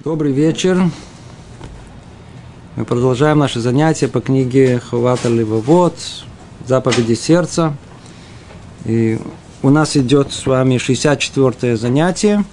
Добрый вечер. Мы продолжаем наше занятие по книге Ховат Левавот, заповеди сердца. И у нас идет с вами 64-е занятие.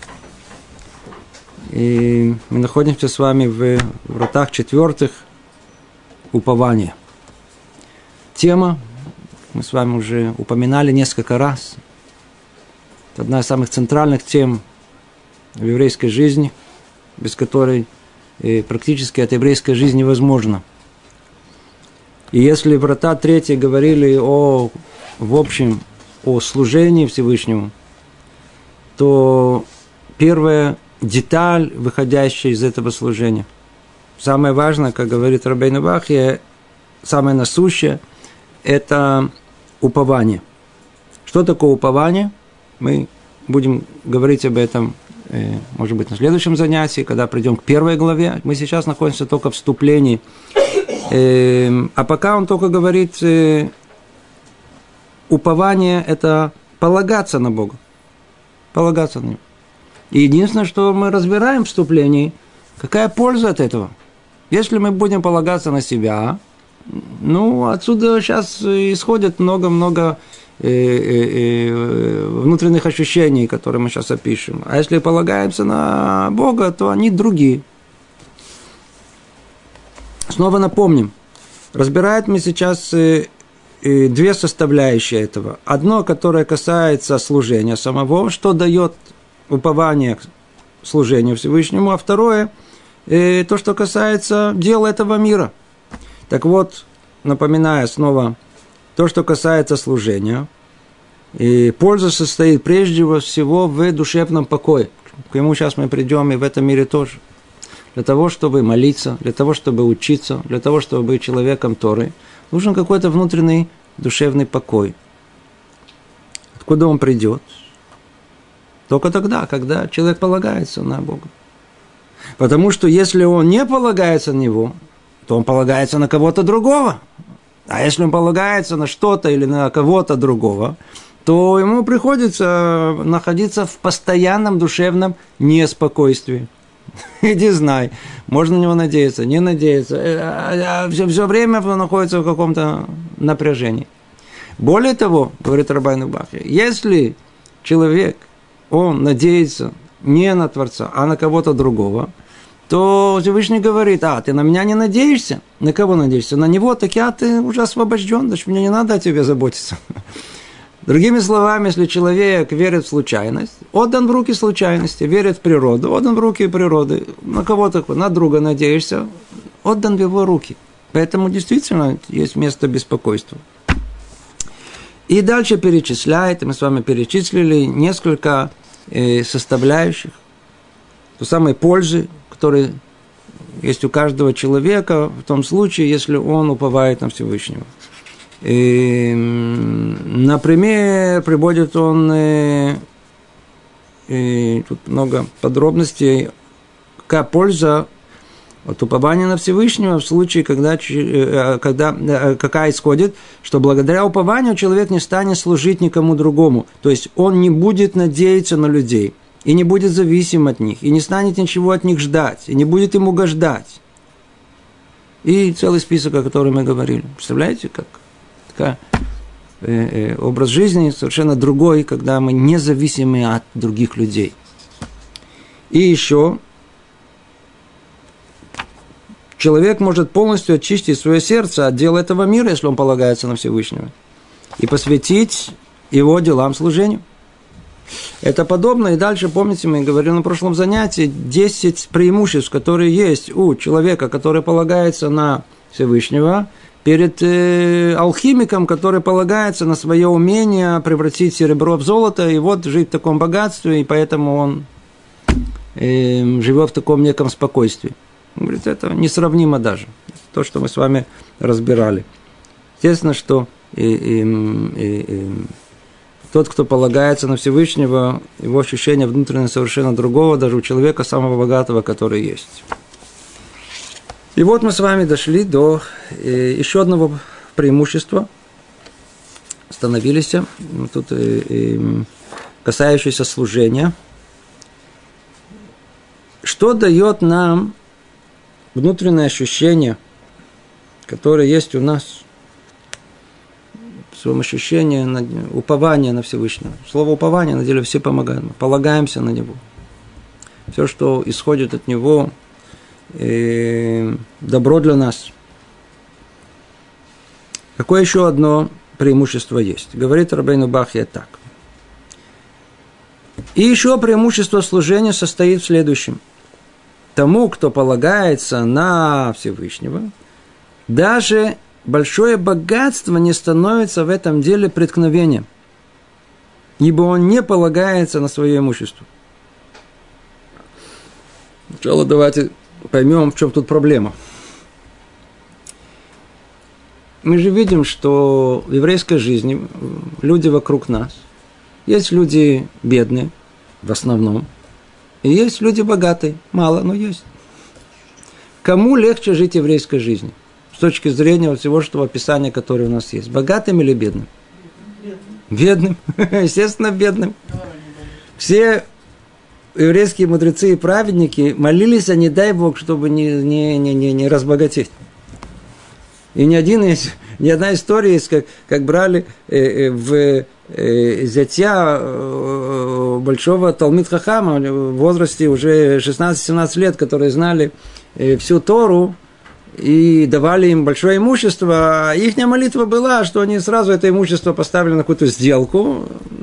И мы находимся с вами в вратах четвертых упования. Тема мы с вами уже упоминали несколько раз. Это одна из самых центральных тем в еврейской жизни, без которой практически от еврейской жизни невозможно. И если врата третьи говорили в общем о служении Всевышнему, то первая деталь, выходящая из этого служения, самое важное, как говорит Рабейну Бахья, самое насущее, это упование. Что такое упование? Мы будем говорить об этом, может быть, на следующем занятии, когда придем к первой главе. Мы сейчас находимся только в вступлении. А пока он только говорит, упование – это полагаться на Бога. Полагаться на Него. И единственное, что мы разбираем в вступлении, какая польза от этого. Если мы будем полагаться на себя, отсюда сейчас исходит много-много внутренних ощущений, которые мы сейчас опишем. А если полагаемся на Бога, то они другие. Снова напомним. Разбираем мы сейчас две составляющие этого. Одно, которое касается служения самого, что дает упование к служению Всевышнему, а второе, то, что касается дел этого мира. Так вот, напоминая снова, то, что касается служения, и польза состоит прежде всего в душевном покое. К нему сейчас мы придем и в этом мире тоже. Для того, чтобы молиться, для того, чтобы учиться, для того, чтобы быть человеком Торы, нужен какой-то внутренний душевный покой. Откуда он придет? Только тогда, когда человек полагается на Бога. Потому что если он не полагается на Него, то он полагается на кого-то другого. А если он полагается на что-то или на кого-то другого, то ему приходится находиться в постоянном душевном неспокойствии. Иди знай, можно на него надеяться, не надеяться. Все время он находится в каком-то напряжении. Более того, говорит Рабейну Бахья, если человек, он надеется не на Творца, а на кого-то другого, то Всевышний говорит: ты на меня не надеешься? На кого надеешься? На него, так ты уже освобожден, значит, мне не надо о тебе заботиться. Другими словами, если человек верит в случайность, отдан в руки случайности, верит в природу, отдан в руки природы, на кого-то, на друга надеешься, отдан в его руки. Поэтому действительно есть место беспокойства. И дальше перечисляет, мы с вами перечислили несколько составляющих той самой пользы, которые есть у каждого человека в том случае, если он уповает на Всевышнего. И, например, приводит он, тут много подробностей, какая польза от упования на Всевышнего в случае, когда какая исходит, что благодаря упованию человек не станет служить никому другому. То есть он не будет надеяться на людей, и не будет зависим от них, и не станет ничего от них ждать, и не будет им угождать. И целый список, о котором мы говорили. Представляете, как образ жизни совершенно другой, когда мы независимы от других людей. И еще человек может полностью очистить свое сердце от дел этого мира, если он полагается на Всевышнего, и посвятить его делам служению. Это подобно, и дальше, помните, мы говорили на прошлом занятии, 10 преимуществ, которые есть у человека, который полагается на Всевышнего, перед алхимиком, который полагается на свое умение превратить серебро в золото, и вот жить в таком богатстве, и поэтому он живет в таком неком спокойствии. Он говорит, это несравнимо даже. То, что мы с вами разбирали. Естественно, что тот, кто полагается на Всевышнего, его ощущение внутреннее совершенно другого, даже у человека самого богатого, который есть. И вот мы с вами дошли до еще одного преимущества. Остановились. Тут касающееся служения. что дает нам внутреннее ощущение, которое есть у нас, в своем ощущении упования на Всевышнего. Слово упование, на деле, все помогают. Мы полагаемся на Него. Все, что исходит от Него, добро для нас. Какое еще одно преимущество есть? Говорит Рабейну Бахья так. И еще преимущество служения состоит в следующем. Тому, кто полагается на Всевышнего, даже большое богатство не становится в этом деле преткновением, ибо он не полагается на свое имущество. Сначала давайте поймем, в чем тут проблема. Мы же видим, что в еврейской жизни люди вокруг нас, есть люди бедные, в основном, и есть люди богатые, мало, но есть. Кому легче жить еврейской жизнью? С точки зрения всего, что описания, которое у нас есть. Богатым или бедным? Бедным. Естественно, бедным. Все еврейские мудрецы и праведники молились, а не дай Бог, чтобы не разбогатеть. И ни одна история есть, как брали в зятья большого Талмид Хахама в возрасте уже 16-17 лет, которые знали всю Тору и давали им большое имущество. Их молитва была, что они сразу это имущество поставили на какую-то сделку.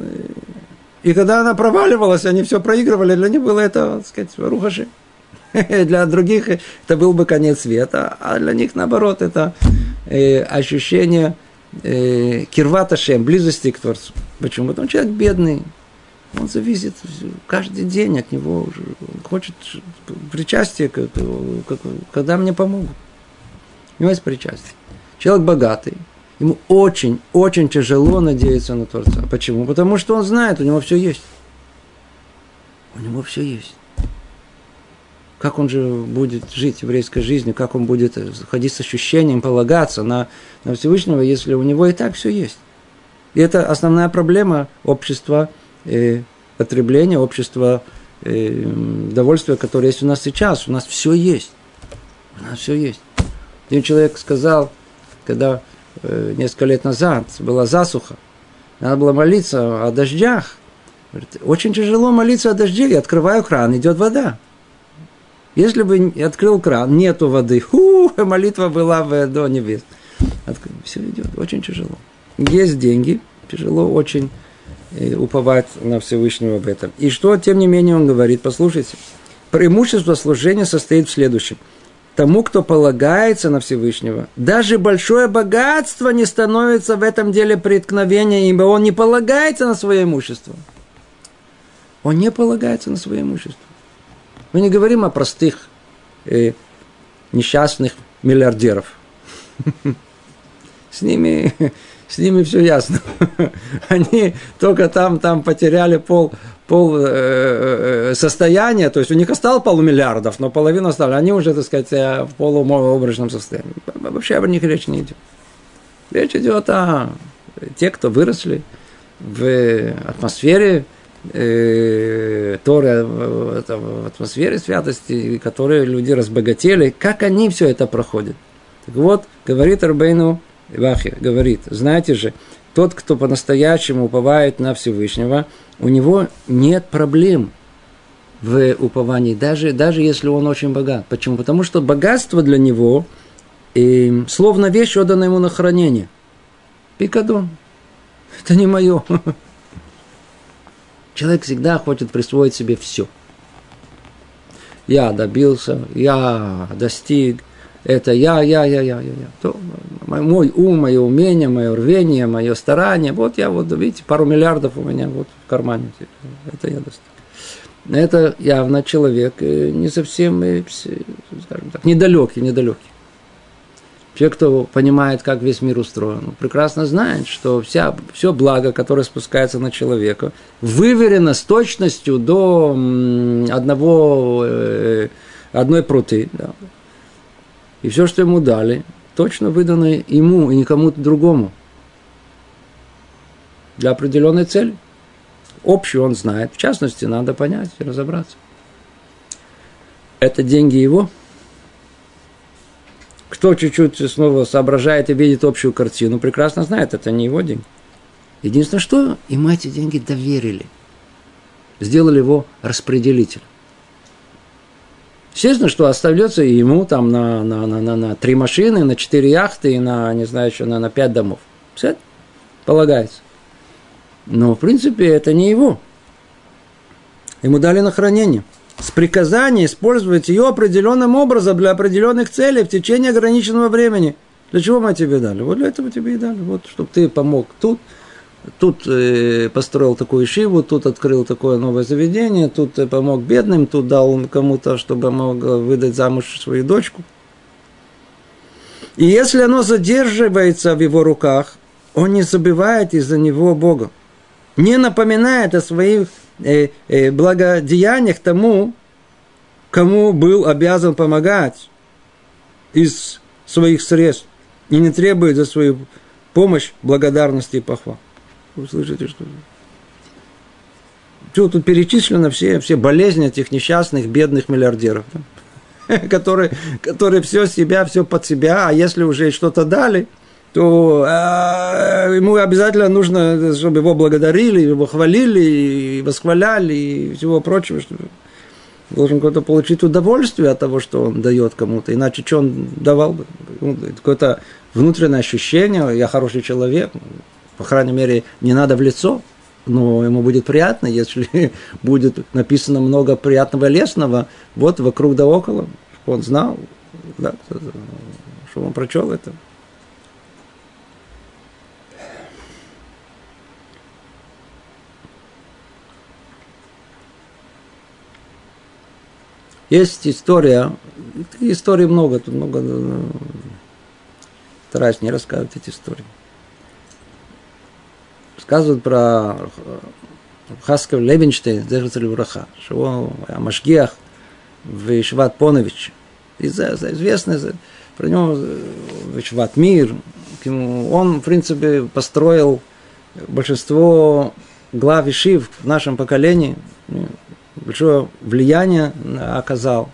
И когда она проваливалась, они все проигрывали. Для них было это, так сказать, рухаши. Для других это был бы конец света, а для них, наоборот, это ощущение кирват Ашем, близости к Творцу. Почему? Потому что человек бедный, он зависит каждый день от него, он хочет причастия, когда мне помогут. У него есть причастие. Человек богатый, ему очень, очень тяжело надеяться на Творца. Почему? Потому что он знает, у него все есть. У него все есть. Как он же будет жить еврейской жизнью, как он будет ходить с ощущением, полагаться на Всевышнего, если у него и так все есть. И это основная проблема общества потребления, общества довольствия, которое есть у нас сейчас. У нас все есть. У нас все есть. Один человек сказал, когда несколько лет назад была засуха, надо было молиться о дождях. Говорит, очень тяжело молиться о дожде, я открываю кран, идет вода. Если бы открыл кран, нету воды, молитва была до небес. Все идет, очень тяжело. Есть деньги, тяжело очень уповать на Всевышнего в этом. И что, тем не менее, он говорит, послушайте, преимущество служения состоит в следующем. Тому, кто полагается на Всевышнего, даже большое богатство не становится в этом деле преткновением, ибо он не полагается на свое имущество. Он не полагается на свое имущество. Мы не говорим о простых несчастных миллиардеров. С ними все ясно. Они только там потеряли пол состояния, то есть у них осталось полумиллиардов, но половину оставили. Они уже, так сказать, в полуобморочном состоянии. Вообще об них речь не идет. Речь идет о тех, кто выросли в атмосфере Торы, в атмосфере святости, которые люди разбогатели, как они все это проходят. Так вот, говорит Рабейну Бахья, говорит, знаете же, тот, кто по-настоящему уповает на Всевышнего, у него нет проблем в уповании, даже если он очень богат. Почему? Потому что богатство для него словно вещь, отданная ему на хранение. Пикадон. Это не мое. Человек всегда хочет присвоить себе все. Я добился, я достиг, это я. То, мой ум, мое умение, мое рвение, мое старание. Вот я, видите, пару миллиардов у меня вот в кармане. Это я достиг. Это явно человек не совсем, скажем так, недалекий. Человек, кто понимает, как весь мир устроен, прекрасно знает, что все благо, которое спускается на человека, выверено с точностью до одной пруты. Да. И все, что ему дали, точно выдано ему и никому другому. Для определенной цели. Общую он знает. В частности, надо понять и разобраться. Это деньги его? Кто чуть-чуть снова соображает и видит общую картину, прекрасно знает, это не его деньги. Единственное, что ему эти деньги доверили. Сделали его распределителем. Естественно, что остается ему там на 3 машины, на 4 яхты и не знаю, еще на 5 домов. Все полагается. Но, в принципе, это не его. Ему дали на хранение. С приказанием использовать ее определенным образом для определенных целей в течение ограниченного времени. Для чего мы тебе дали? Вот для этого тебе и дали. Вот, чтобы ты помог тут построил такую ишиву, тут открыл такое новое заведение, тут помог бедным, тут дал кому-то, чтобы мог выдать замуж свою дочку. И если оно задерживается в его руках, он не забывает из-за него Бога, не напоминает о своих благодеяниях тому, кому был обязан помогать из своих средств, и не требует за свою помощь благодарности и похвал. Вы слышите, что тут перечислено все болезни этих несчастных, бедных миллиардеров, да? которые все себя, все под себя, а если уже что-то дали, то ему обязательно нужно, чтобы его благодарили, его хвалили, и восхваляли, и всего прочего, что должен кто-то получить удовольствие от того, что он дает кому-то, иначе что он давал бы? Какое-то внутреннее ощущение, я хороший человек, по крайней мере, не надо в лицо, но ему будет приятно, если будет написано много приятного и лестного, вот вокруг да около, чтобы он знал, да, чтобы он прочел это. Есть история, историй много, тут много, стараюсь не рассказывать эти истории. Рассказывают про Хаскев Левинштейн, Зехер Левраха, что Машгиах в Ешиват Понович. Известный про него Ешиват Мир. Он, в принципе, построил большинство глав ешив в нашем поколении, большое влияние оказал.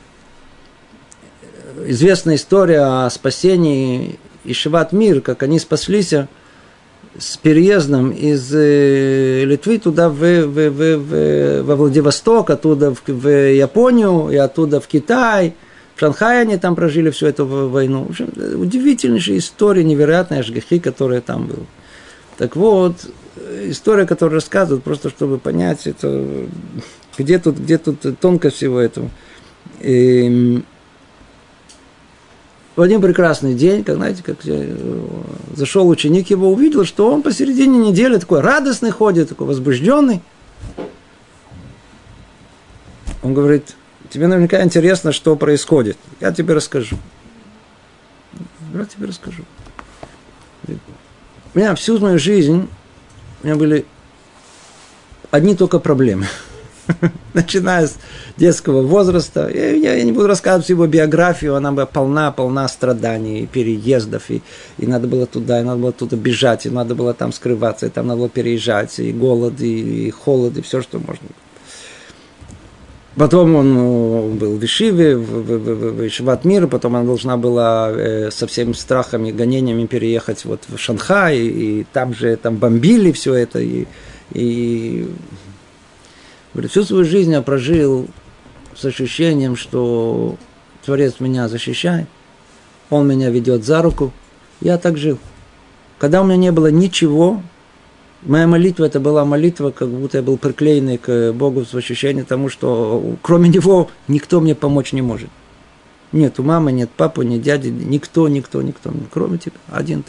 Известная история о спасении Ешиват Мир, как они спаслись с переездом из Литвы туда во Владивосток, оттуда в Японию, и оттуда в Китай. В Шанхае они там прожили всю эту войну. В общем, удивительнейшая история, невероятная ашгахи, которая там была. Так вот, история, которую рассказывают, просто чтобы понять, это, где тут тонкость всего этого. В один прекрасный день, как, знаете, как зашел ученик его, увидел, что он посередине недели такой радостный ходит, такой возбужденный. Он говорит: тебе наверняка интересно, что происходит. Я тебе расскажу. Я тебе расскажу. У меня всю мою жизнь, у меня были одни только проблемы. Начиная с детского возраста. Я не буду рассказывать его биографию, она была полна страданий, переездов, и надо было туда, и надо было туда бежать, и надо было там скрываться, и там надо было переезжать, и голод, и холод, и все, что можно. Потом он был в Ешиве, в Ешиват Мир, потом она должна была со всеми страхами, гонениями переехать вот в Шанхай, и там же там бомбили все это, и всю свою жизнь я прожил с ощущением, что Творец меня защищает, Он меня ведет за руку. Я так жил. Когда у меня не было ничего, моя молитва, это была молитва, как будто я был приклеенный к Богу с ощущением тому, что кроме Него никто мне помочь не может. Нет у мамы, нет папы, нет дяди, никто, кроме тебя, один ты.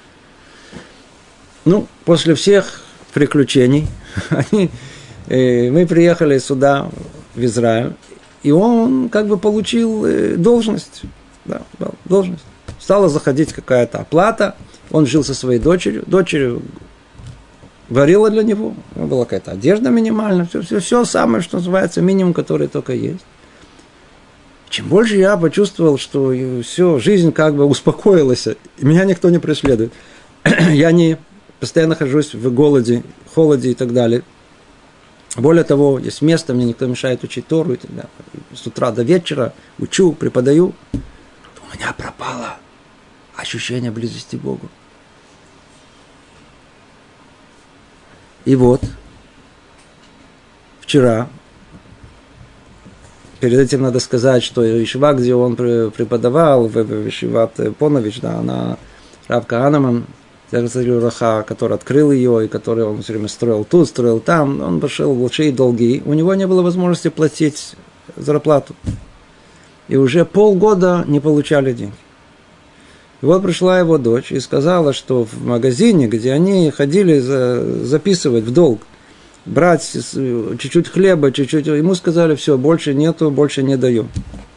Ну, после всех приключений, мы приехали сюда, в Израиль, и он как бы получил должность. Да, должность. Стала заходить какая-то оплата, он жил со своей дочерью, дочерь варила для него, была какая-то одежда минимальная, все самое, что называется, минимум, который только есть. Чем больше я почувствовал, что все, жизнь как бы успокоилась, и меня никто не преследует, я не постоянно нахожусь в голоде, холоде и так далее, Более того, есть место, мне никто не мешает учить Тору, и так далее. С утра до вечера учу, преподаю. У меня пропало ощущение близости к Богу. И вот, вчера, перед этим надо сказать, что ешива, где он преподавал, в ешиват Понович, да, она Рав Каганеман, который открыл ее, и который он все время строил тут, строил там, он пошел в большие долги, у него не было возможности платить зарплату. И уже полгода не получали деньги. И вот пришла его дочь и сказала, что в магазине, где они ходили записывать в долг, брать чуть-чуть хлеба, чуть-чуть, ему сказали, все, больше нету, больше не даем.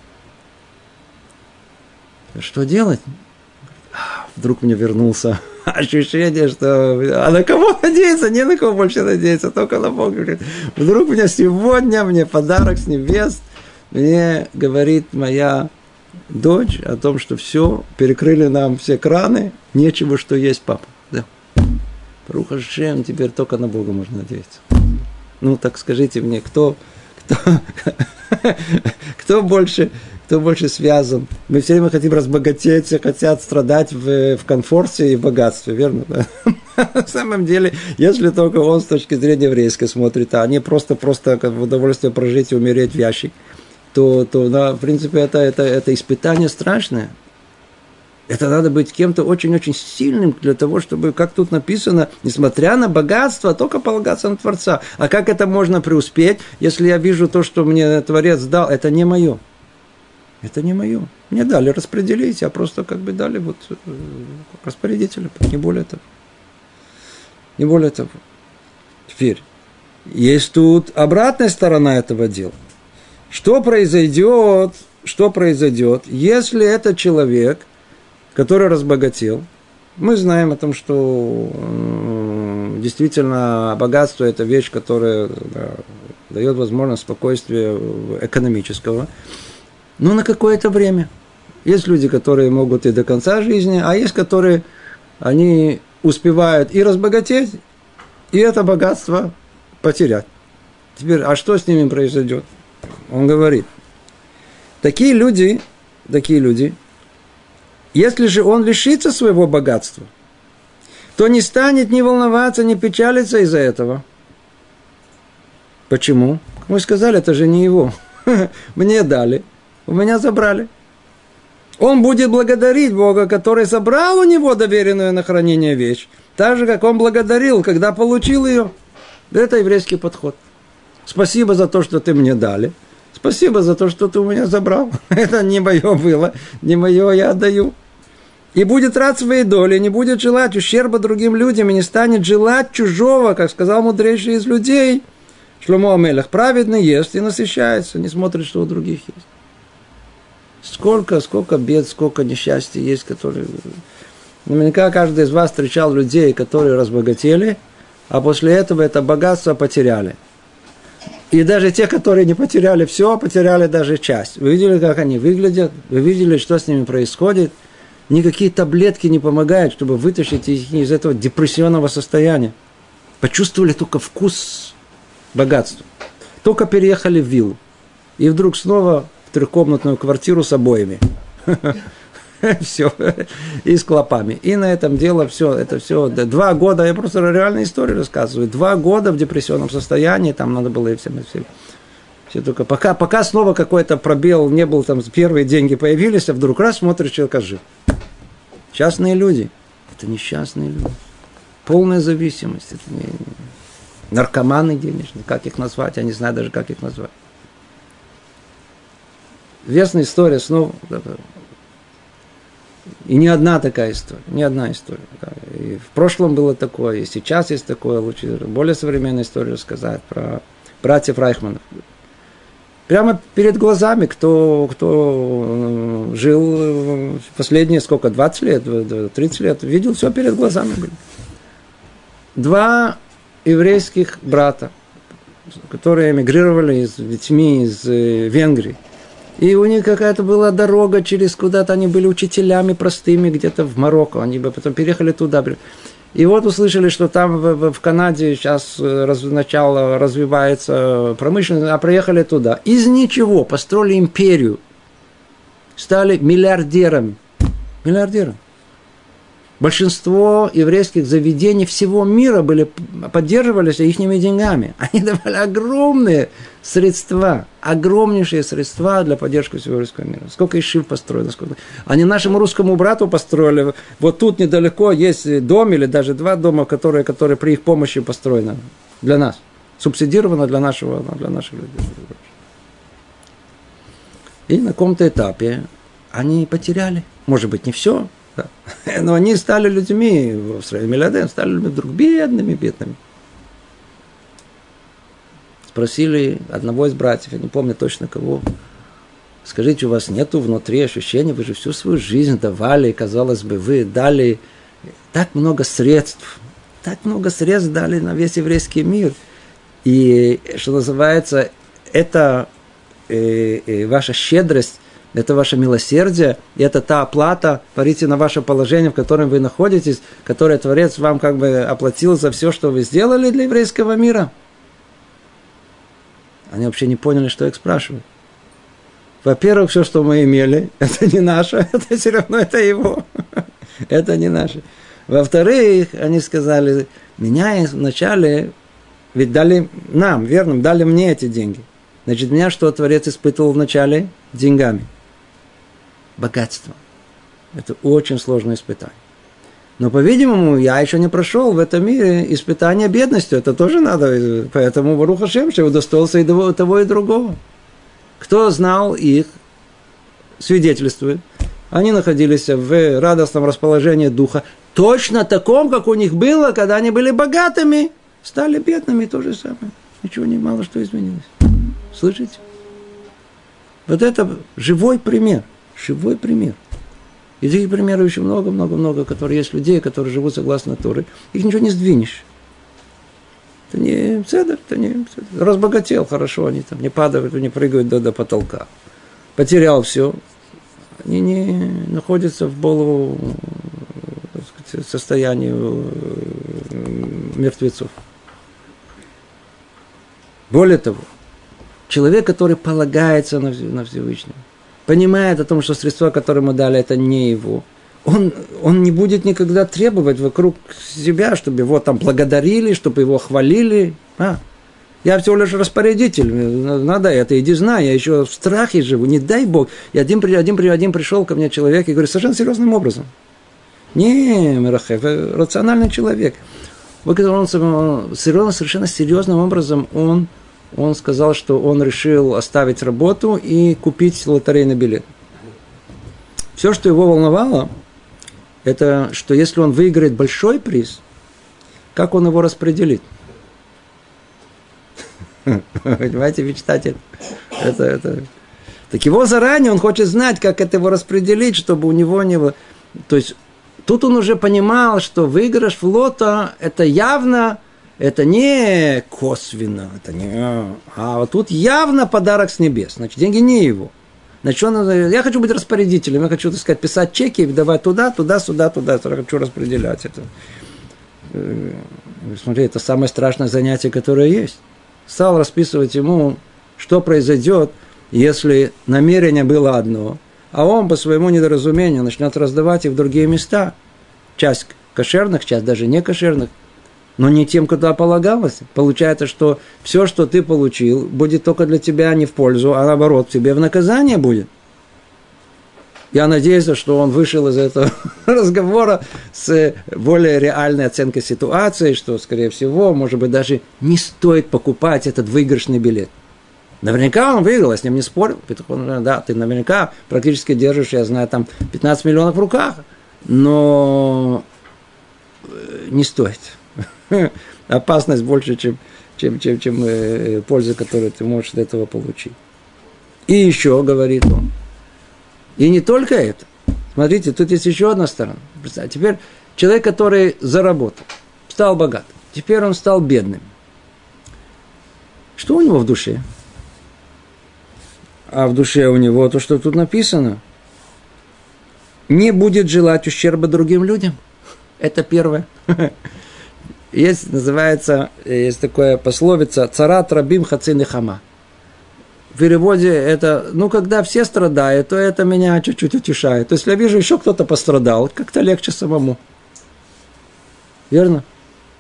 Что делать? Вдруг мне вернулся ощущение, что а на кого надеяться, не на кого больше надеяться, только на Бога. Вдруг мне сегодня, мне подарок с небес, мне говорит моя дочь о том, что все, перекрыли нам все краны, нечего, что есть, папа. Да. Барух аш-Шем, теперь только на Бога можно надеяться. Ну, так скажите мне, кто больше связан? Мы все время хотим разбогатеть, все хотят страдать в комфорте и в богатстве, верно? Да? На самом деле, если только он с точки зрения еврейской смотрит, а не просто в удовольствие прожить и умереть в ящик, то да, в принципе, это испытание страшное. Это надо быть кем-то очень-очень сильным для того, чтобы, как тут написано, несмотря на богатство, только полагаться на Творца. А как это можно преуспеть, если я вижу то, что мне Творец дал, это не мое. Это не мое. Мне дали распределить, а просто как бы дали вот распорядителя, не более того. Не более того. Теперь, есть тут обратная сторона этого дела. Что произойдет, если этот человек, который разбогател, мы знаем о том, что действительно богатство – это вещь, которая дает возможность спокойствия экономического, но на какое-то время. Есть люди, которые могут и до конца жизни, а есть, которые они успевают и разбогатеть, и это богатство потерять. Теперь, а что с ними произойдет? Он говорит, такие люди, если же он лишится своего богатства, то не станет ни волноваться, ни печалиться из-за этого. Почему? Мы сказали, это же не его. Мне дали, у меня забрали. Он будет благодарить Бога, который забрал у него доверенную на хранение вещь, так же, как он благодарил, когда получил ее. Это еврейский подход. Спасибо за то, что ты мне дали. Спасибо за то, что ты у меня забрал. Это не мое было, не мое я отдаю. И будет рад своей доле, не будет желать ущерба другим людям, и не станет желать чужого, как сказал мудрейший из людей. Шломо ха-Мелех, праведный ест и насыщается, не смотрит, что у других есть. Сколько бед, сколько несчастья есть, которые... Наверняка каждый из вас встречал людей, которые разбогатели, а после этого это богатство потеряли. И даже те, которые не потеряли все, потеряли даже часть. Вы видели, как они выглядят? Вы видели, что с ними происходит? Никакие таблетки не помогают, чтобы вытащить их из этого депрессионного состояния. Почувствовали только вкус богатства. Только переехали в виллу. И вдруг снова в трехкомнатную квартиру с обоями. Все. И с клопами. И на этом дело все. Это все. 2 года, я просто реальную историю рассказываю. 2 года в депрессионном состоянии. Там надо было и всем. Все только пока снова какой-то пробел не был, там первые деньги появились, а вдруг раз смотришь, человек жив. Частные люди. Это несчастные люди. Полная зависимость. Это не... наркоманы денежные. Как их назвать? Я не знаю даже, как их назвать. Известная история снова. И не одна такая история. Не одна история. И в прошлом было такое, и сейчас есть такое. Лучше более современную историю рассказать про братьев Райхманов. Прямо перед глазами, кто жил последние, 20 лет, 30 лет, видел, все перед глазами были. 2 еврейских брата, которые эмигрировали с детьми из Венгрии. И у них какая-то была дорога через куда-то, они были учителями простыми где-то в Марокко, они бы потом переехали туда. И вот услышали, что там в Канаде сейчас начало развивается промышленность, а приехали туда. Из ничего построили империю. Стали миллиардерами. Миллиардерами. Большинство еврейских заведений всего мира поддерживались ихними деньгами. Они давали огромные средства, огромнейшие средства для поддержки всего еврейского мира. Сколько ишив построили. Сколько... Они нашему русскому брату построили. Вот тут недалеко есть дом или даже 2 дома, которые при их помощи построены для нас. Субсидировано для наших людей. И на каком-то этапе они потеряли. Может быть, не все. Да. Но они стали людьми, в своем миллиардером, стали людьми вдруг бедными. Спросили одного из братьев, я не помню точно кого, скажите, у вас нету внутри ощущения, вы же всю свою жизнь давали, казалось бы, вы дали так много средств дали на весь еврейский мир. И, что называется, это ваша щедрость, это ваше милосердие, и это та оплата, парите на ваше положение, в котором вы находитесь, которое Творец вам как бы оплатил за все, что вы сделали для еврейского мира. Они вообще не поняли, что их спрашивают. Во-первых, все, что мы имели, это не наше, это все равно это его. Это не наше. Во-вторых, они сказали, меня вначале, ведь дали нам, верно, дали мне эти деньги. Значит, меня что Творец испытывал вначале? Деньгами. Богатство. Это очень сложное испытание. Но, по-видимому, я еще не прошел в этом мире испытание бедностью. Это тоже надо. Поэтому Барух Ашем, что удостоился и того, и другого. Кто знал их, свидетельствует. Они находились в радостном расположении духа. Точно таком, как у них было, когда они были богатыми. Стали бедными, то же самое. Ничего не мало что изменилось. Слышите? Вот это живой пример. Живой пример. И таких примеров еще много, которые есть людей, которые живут согласно Торе. Их ничего не сдвинешь. Это не цедр, это не цедр. Разбогател, хорошо, они там не падают, не прыгают до потолка. Потерял все. Они не находятся в полу, так сказать, состоянии мертвецов. Более того, человек, который полагается на Всевышнего, понимает о том, что средства, которые ему дали, это не его, он не будет никогда требовать вокруг себя, чтобы его там благодарили, чтобы его хвалили. Я всего лишь распорядитель, надо это, иди знай, я еще в страхе живу, не дай Бог. И один пришел ко мне человек и говорит, совершенно серьезным образом. Не, Мирахев, рациональный человек. Он совершенно серьезным образом, он сказал, что он решил оставить работу и купить лотерейный билет. Все, что его волновало, это что если он выиграет большой приз, как он его распределит? Понимаете, мечтатель. Это. Так его заранее он хочет знать, как это его распределить, чтобы у него не было. То есть тут он уже понимал, что выигрыш в лото это явно, это не косвенно, это не, а вот тут явно подарок с небес. Значит, деньги не его. Значит, я хочу быть распорядителем, я хочу, так сказать, писать чеки и давать туда, сюда, я хочу распределять это. Смотри, это самое страшное занятие, которое есть. Стал расписывать ему, что произойдет, если намерение было одно, а он по своему недоразумению начнет раздавать их в другие места. Часть кошерных, часть даже не кошерных, но не тем, куда полагалось. Получается, что все, что ты получил, будет только для тебя не в пользу, а наоборот, тебе в наказание будет. Я надеюсь, что он вышел из этого разговора с более реальной оценкой ситуации, что, скорее всего, может быть, даже не стоит покупать этот выигрышный билет. Наверняка он выиграл, я с ним не спорил. Да, ты наверняка практически держишь, я знаю, там 15 миллионов в руках, но не стоит. Опасность больше, чем польза, которую ты можешь от этого получить. И еще, говорит он, и не только это. Смотрите, тут есть еще одна сторона. Теперь человек, который заработал, стал богатым, теперь он стал бедным. Что у него в душе? А в душе у него то, что тут написано. Не будет желать ущерба другим людям. Это первое. Есть такая пословица «Царат рабим хаци нехама». В переводе это, когда все страдают, то это меня чуть-чуть утешает. То есть, я вижу, еще кто-то пострадал, как-то легче самому. Верно?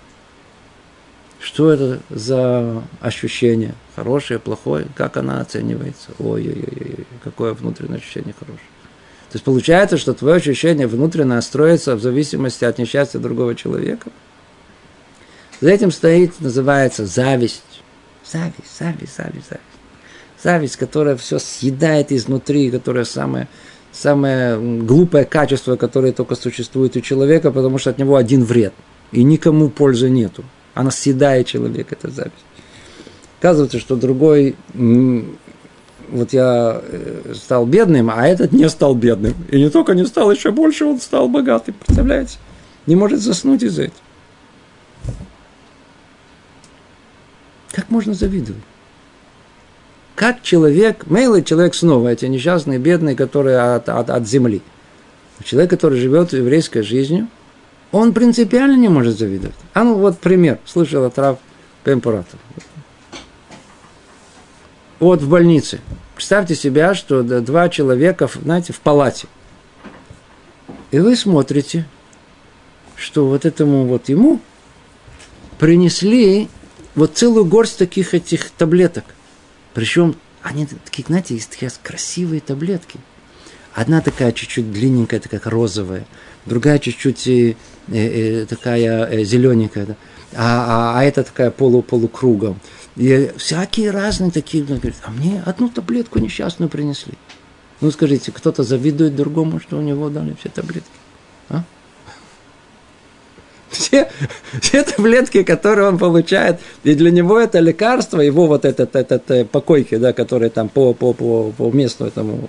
Что это за ощущение? Хорошее, плохое? Как она оценивается? Ой-ой-ой, какое внутреннее ощущение хорошее. То есть, получается, что твое ощущение внутренне строится в зависимости от несчастья другого человека. За этим стоит, называется, зависть. Зависть. Зависть, которая все съедает изнутри, которая самое глупое качество, которое только существует у человека, потому что от него один вред. И никому пользы нету. Она съедает человека, эта зависть. Оказывается, что другой, вот я стал бедным, а этот не стал бедным. И не только не стал, еще больше он стал богатым. Представляете? Не может заснуть из-за этого. Как можно завидовать? Как человек, мейлый человек снова, эти несчастные, бедные, которые от земли. Человек, который живет еврейской жизнью, он принципиально не может завидовать. Вот пример. Слышал от Рав Пемпуратова. Вот в больнице. Представьте себе, что два человека, знаете, в палате. И вы смотрите, что вот этому вот ему принесли вот целую горсть таких этих таблеток. Причем они такие, знаете, есть такие красивые таблетки. Одна такая чуть-чуть длинненькая, такая розовая, другая чуть-чуть такая зелененькая, да? а эта такая полукругом. И всякие разные такие. Говорят, а мне одну таблетку несчастную принесли. Скажите, кто-то завидует другому, что у него дали все таблетки? А? Все таблетки, которые он получает, и для него это лекарство, его вот этот покойки, да, которые там по месту этому,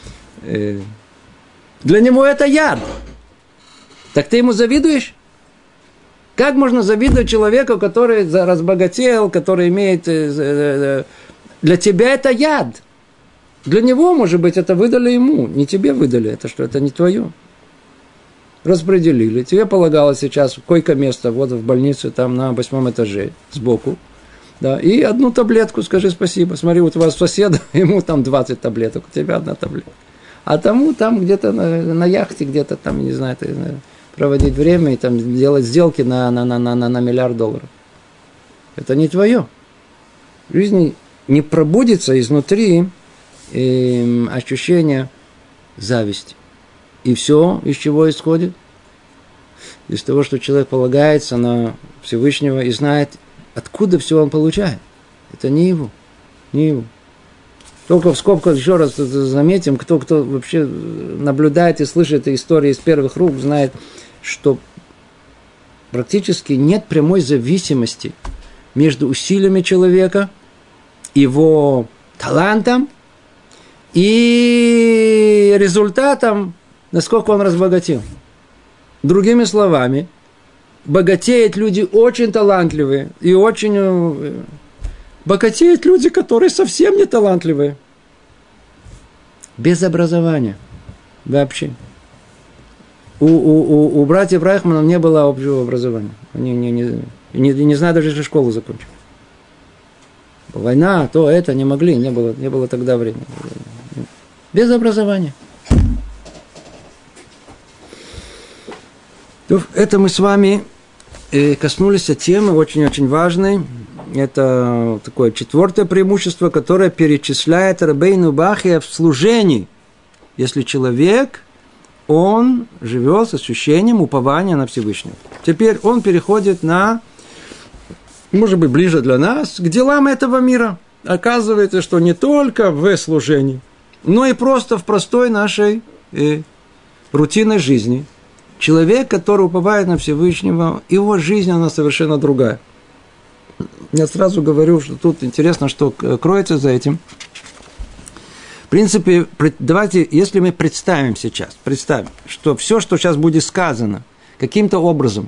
для него это яд. Так ты ему завидуешь? Как можно завидовать человеку, который разбогател, который имеет... Для тебя это яд. Для него, может быть, это выдали ему, не тебе выдали, это что, это не твое. Распределили. Тебе полагалось сейчас койко-место вот в больнице, там на 8 этаже, сбоку. Да, и одну таблетку, скажи спасибо. Смотри, вот у вас соседа, ему там 20 таблеток, у тебя одна таблетка. А тому там где-то на яхте, где-то там, не знаю, проводить время и там делать сделки на $1 миллиард. Это не твое. В жизни не пробудится изнутри ощущение зависти. И все, из чего исходит? Из того, что человек полагается на Всевышнего и знает, откуда все он получает. Это не его. Не его. Только в скобках еще раз заметим, кто вообще наблюдает и слышит истории из первых рук, знает, что практически нет прямой зависимости между усилиями человека, его талантом и результатом, насколько он разбогател. Другими словами, богатеют люди очень талантливые и очень... Богатеют люди, которые совсем не талантливые. Без образования. Вообще. У братьев Райхманов не было общего образования. Они не знают даже, что школу закончили. Война, то это не могли, не было тогда времени. Без образования. Это мы с вами коснулись темы очень-очень важной. Это такое 4-е преимущество, которое перечисляет Рабейну Бахья в служении. Если человек, он живет с ощущением упования на Всевышнего. Теперь он переходит на, может быть, ближе для нас, к делам этого мира. Оказывается, что не только в служении, но и просто в простой нашей рутинной жизни. Человек, который уповает на Всевышнего, его жизнь, она совершенно другая. Я сразу говорю, что тут интересно, что кроется за этим. В принципе, давайте, если мы представим, что все, что сейчас будет сказано, каким-то образом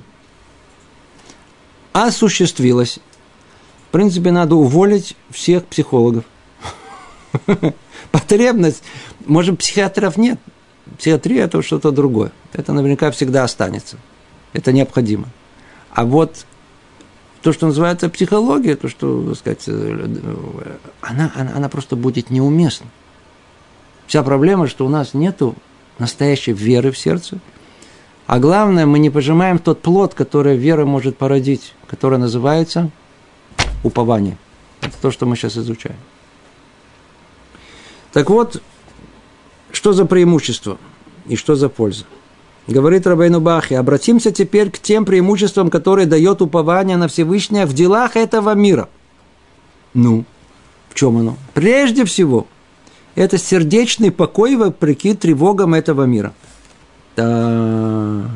осуществилось, в принципе, надо уволить всех психологов. Потребность, может, психиатров нет. Психиатрия – это что-то другое. Это наверняка всегда останется. Это необходимо. А вот то, что называется психология, то, что, так сказать, она просто будет неуместна. Вся проблема, что у нас нету настоящей веры в сердце. А главное, мы не пожимаем тот плод, который вера может породить, который называется упование. Это то, что мы сейчас изучаем. Так вот, что за преимущество и что за польза? Говорит Рабейну Бахья, обратимся теперь к тем преимуществам, которые дает упование на Всевышнее в делах этого мира. Ну, в чем оно? Прежде всего, это сердечный покой вопреки тревогам этого мира. Так.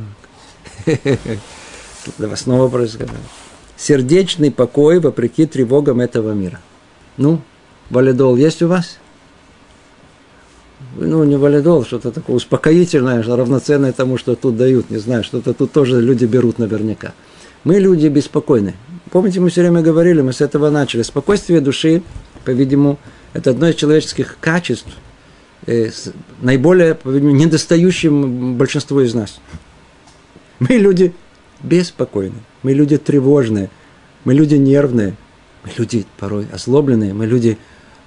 Давай снова происходит. Сердечный покой вопреки тревогам этого мира. Ну, валидол есть у вас? Ну, не валидол, что-то такое успокоительное, равноценное тому, что тут дают. Не знаю, что-то тут тоже люди берут наверняка. Мы люди беспокойные. Помните, мы все время говорили, мы с этого начали. Спокойствие души, по-видимому, это одно из человеческих качеств, наиболее, по-видимому, недостающим большинству из нас. Мы люди беспокойные, мы люди тревожные, мы люди нервные, мы люди порой озлобленные, мы люди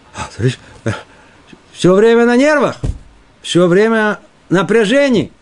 все время на нервах, все время напряжении.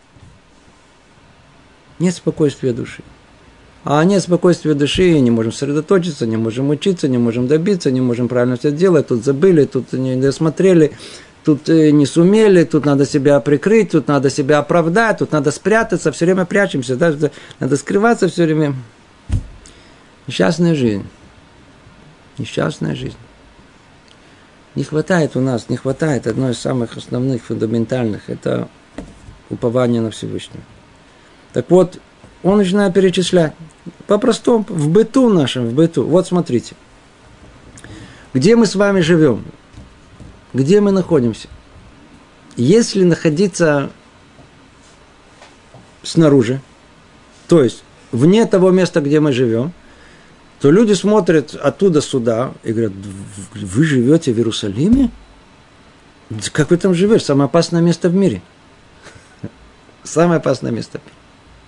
Нет спокойствия души. А нет спокойствия души, не можем сосредоточиться, не можем учиться, не можем добиться, не можем правильно все делать. Тут забыли, тут не досмотрели, тут не сумели, тут надо себя прикрыть, тут надо себя оправдать, тут надо спрятаться, все время прячемся, даже надо скрываться все время. Несчастная жизнь. Несчастная жизнь. Не хватает у нас, не хватает одной из самых основных, фундаментальных, это упование на Всевышнего. Так вот, он начинает перечислять. По-простому, в быту нашем, в быту. Вот смотрите. Где мы с вами живем? Где мы находимся? Если находиться снаружи, то есть вне того места, где мы живем, то люди смотрят оттуда сюда и говорят, вы живете в Иерусалиме? Как вы там живете? Самое опасное место в мире. Самое опасное место в мире.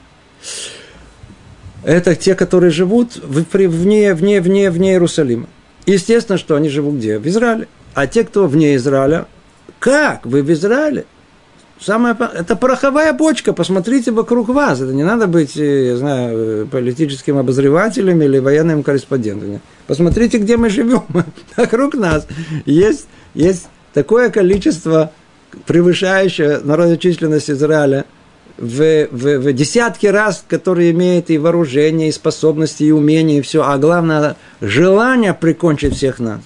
Это те, которые живут вне Иерусалима. Естественно, что они живут где? В Израиле. А те, кто вне Израиля, как? Вы в Израиле? Это пороховая бочка, посмотрите вокруг вас. Это не надо быть, я знаю, политическим обозревателем или военным корреспондентом. Посмотрите, где мы живем. Вокруг нас есть такое количество, превышающее народную численность Израиля, в десятки раз, которые имеют и вооружение, и способности, и умения, и все. А главное, желание прикончить всех нас.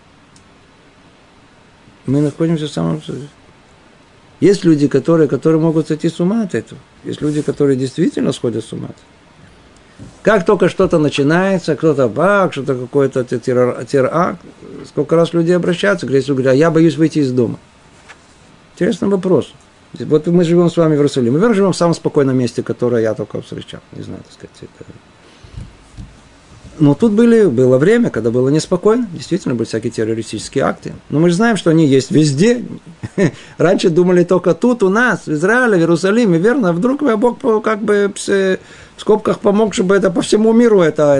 Мы находимся в самом... Есть люди, которые могут сойти с ума от этого. Есть люди, которые действительно сходят с ума. Как только что-то начинается, кто-то что-то какой-то теракт, сколько раз люди обращаются, говорят, а я боюсь выйти из дома. Интересный вопрос. Вот мы живем с вами в Иерусалиме. Мы живем в самом спокойном месте, которое я только встречал. Не знаю, так сказать. Но тут было время, когда было неспокойно. Действительно, были всякие террористические акты. Но мы же знаем, что они есть везде. Раньше думали только тут, у нас, в Израиле, в Иерусалиме, верно? А вдруг Бог как бы в скобках помог, чтобы это по всему миру это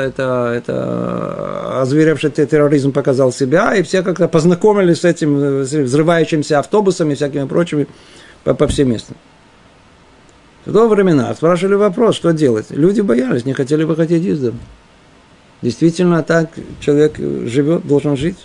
озверевший терроризм показал себя, и все как-то познакомились с этим взрывающимся автобусами и всякими прочими по всем местам. В то времена спрашивали вопрос, что делать. Люди боялись, не хотели выходить из дома. Действительно, так человек живет, должен жить.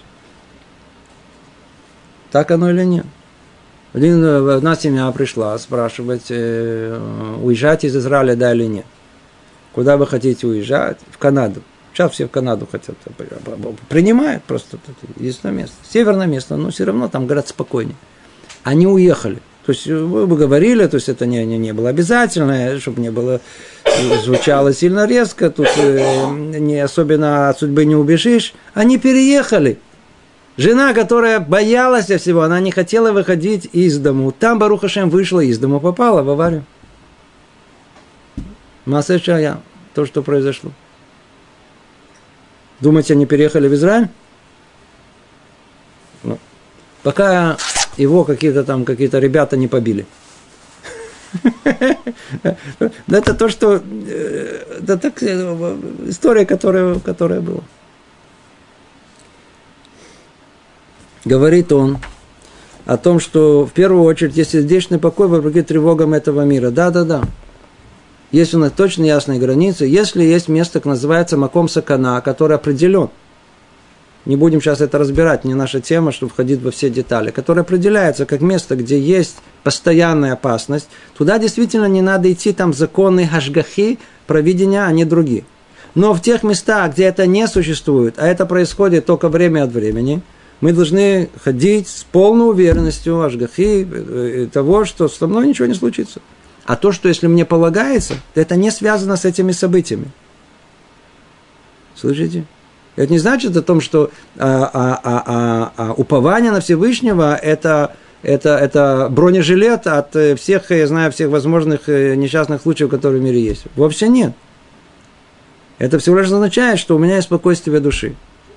Так оно или нет? Одна семья пришла спрашивать, уезжать из Израиля, да или нет. Куда вы хотите уезжать? В Канаду. Сейчас все в Канаду хотят. Принимают просто единственное место. Северное место, но все равно там, говорят, спокойнее. Они уехали. То есть, вы бы говорили, то есть, это не было обязательно, чтобы не было, звучало сильно резко, тут не особенно от судьбы не убежишь. Они переехали. Жена, которая боялась всего, она не хотела выходить из дому. Там, Барух Ашем, вышла из дому, попала в аварию. Маасе Шая, то, что произошло. Думаете, они переехали в Израиль? Ну, пока его какие-то ребята не побили. Это то, что... Это так, история, которая была. Говорит он о том, что в первую очередь есть сердечный покой вопреки тревогам этого мира. Да. Есть у нас точно ясные границы. Если есть место, называется Маком Сакана, который определен. Не будем сейчас это разбирать, не наша тема, чтобы входить во все детали. Который определяется как место, где есть постоянная опасность. Туда действительно не надо идти, там законы хашгахи, провидения, а не другие. Но в тех местах, где это не существует, а это происходит только время от времени, мы должны ходить с полной уверенностью ашгахи того, что со мной ничего не случится. А то, что если мне полагается, то это не связано с этими событиями. Слышите? Это не значит о том, что упование на Всевышнего это бронежилет от всех, я знаю, всех возможных несчастных случаев, которые в мире есть. Вовсе нет. Это всего лишь означает, что у меня есть спокойствие души.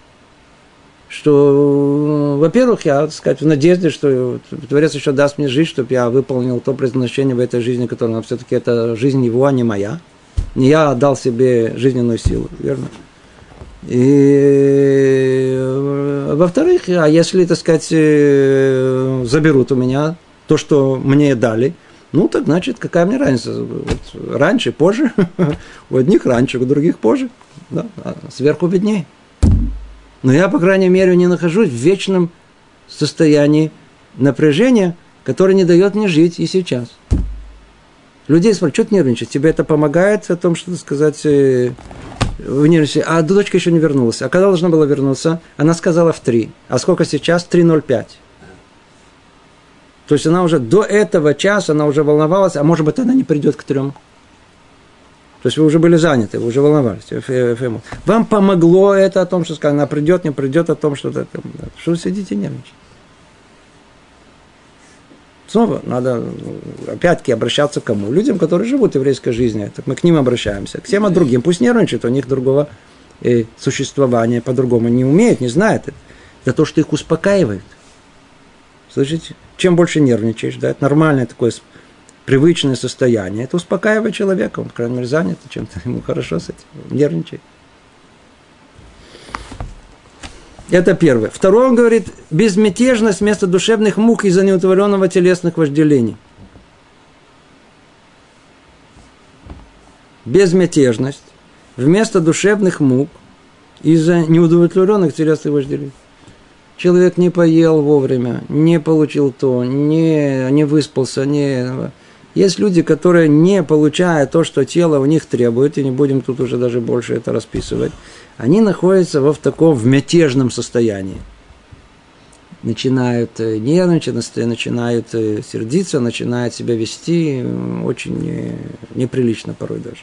Что, во-первых, я, так сказать, в надежде, что Творец еще даст мне жизнь, чтобы я выполнил то предназначение в этой жизни, которое все-таки это жизнь его, а не моя. Не я отдал себе жизненную силу, верно? И, во-вторых, а если, так сказать, заберут у меня то, что мне дали, ну, так значит, какая мне разница? Вот раньше, позже, у одних раньше, у других позже, да, а сверху виднее. Но я, по крайней мере, не нахожусь в вечном состоянии напряжения, которое не дает мне жить и сейчас. Людей спрашивают, что ты нервничаешь? Тебе это помогает о том, что сказать, вы нервничаете? А дочка еще не вернулась. А когда должна была вернуться? Она сказала в 3. А сколько сейчас? 3:05. То есть она уже до этого часа, она уже волновалась, а может быть, она не придет к 3. То есть вы уже были заняты, вы уже волновались. Вам помогло это о том, что сказано, она придет, не придет, о том, что... Что вы сидите и нервничаете? Снова надо, опять-таки, обращаться к кому? Людям, которые живут в еврейской жизни. Так мы к ним обращаемся. К всем другим. Пусть нервничают, у них другого существования по-другому не умеют, не знают. Это то, что их успокаивает. Слышите? Чем больше нервничаешь, да, это нормальное такое привычное состояние. Это успокаивает человека. Он, по крайней мере, занят чем-то. Ему хорошо с этим. Нервничает. Это первое. Второе, он говорит, безмятежность вместо душевных мук из-за неудовлетворенного телесных вожделений. Безмятежность вместо душевных мук из-за неудовлетворенных телесных вожделений. Человек не поел вовремя, не получил то, не выспался, Есть люди, которые не получая то, что тело у них требует, и не будем тут уже даже больше это расписывать, они находятся в таком мятежном состоянии. Начинают нервничать, начинают сердиться, начинают себя вести очень неприлично порой даже.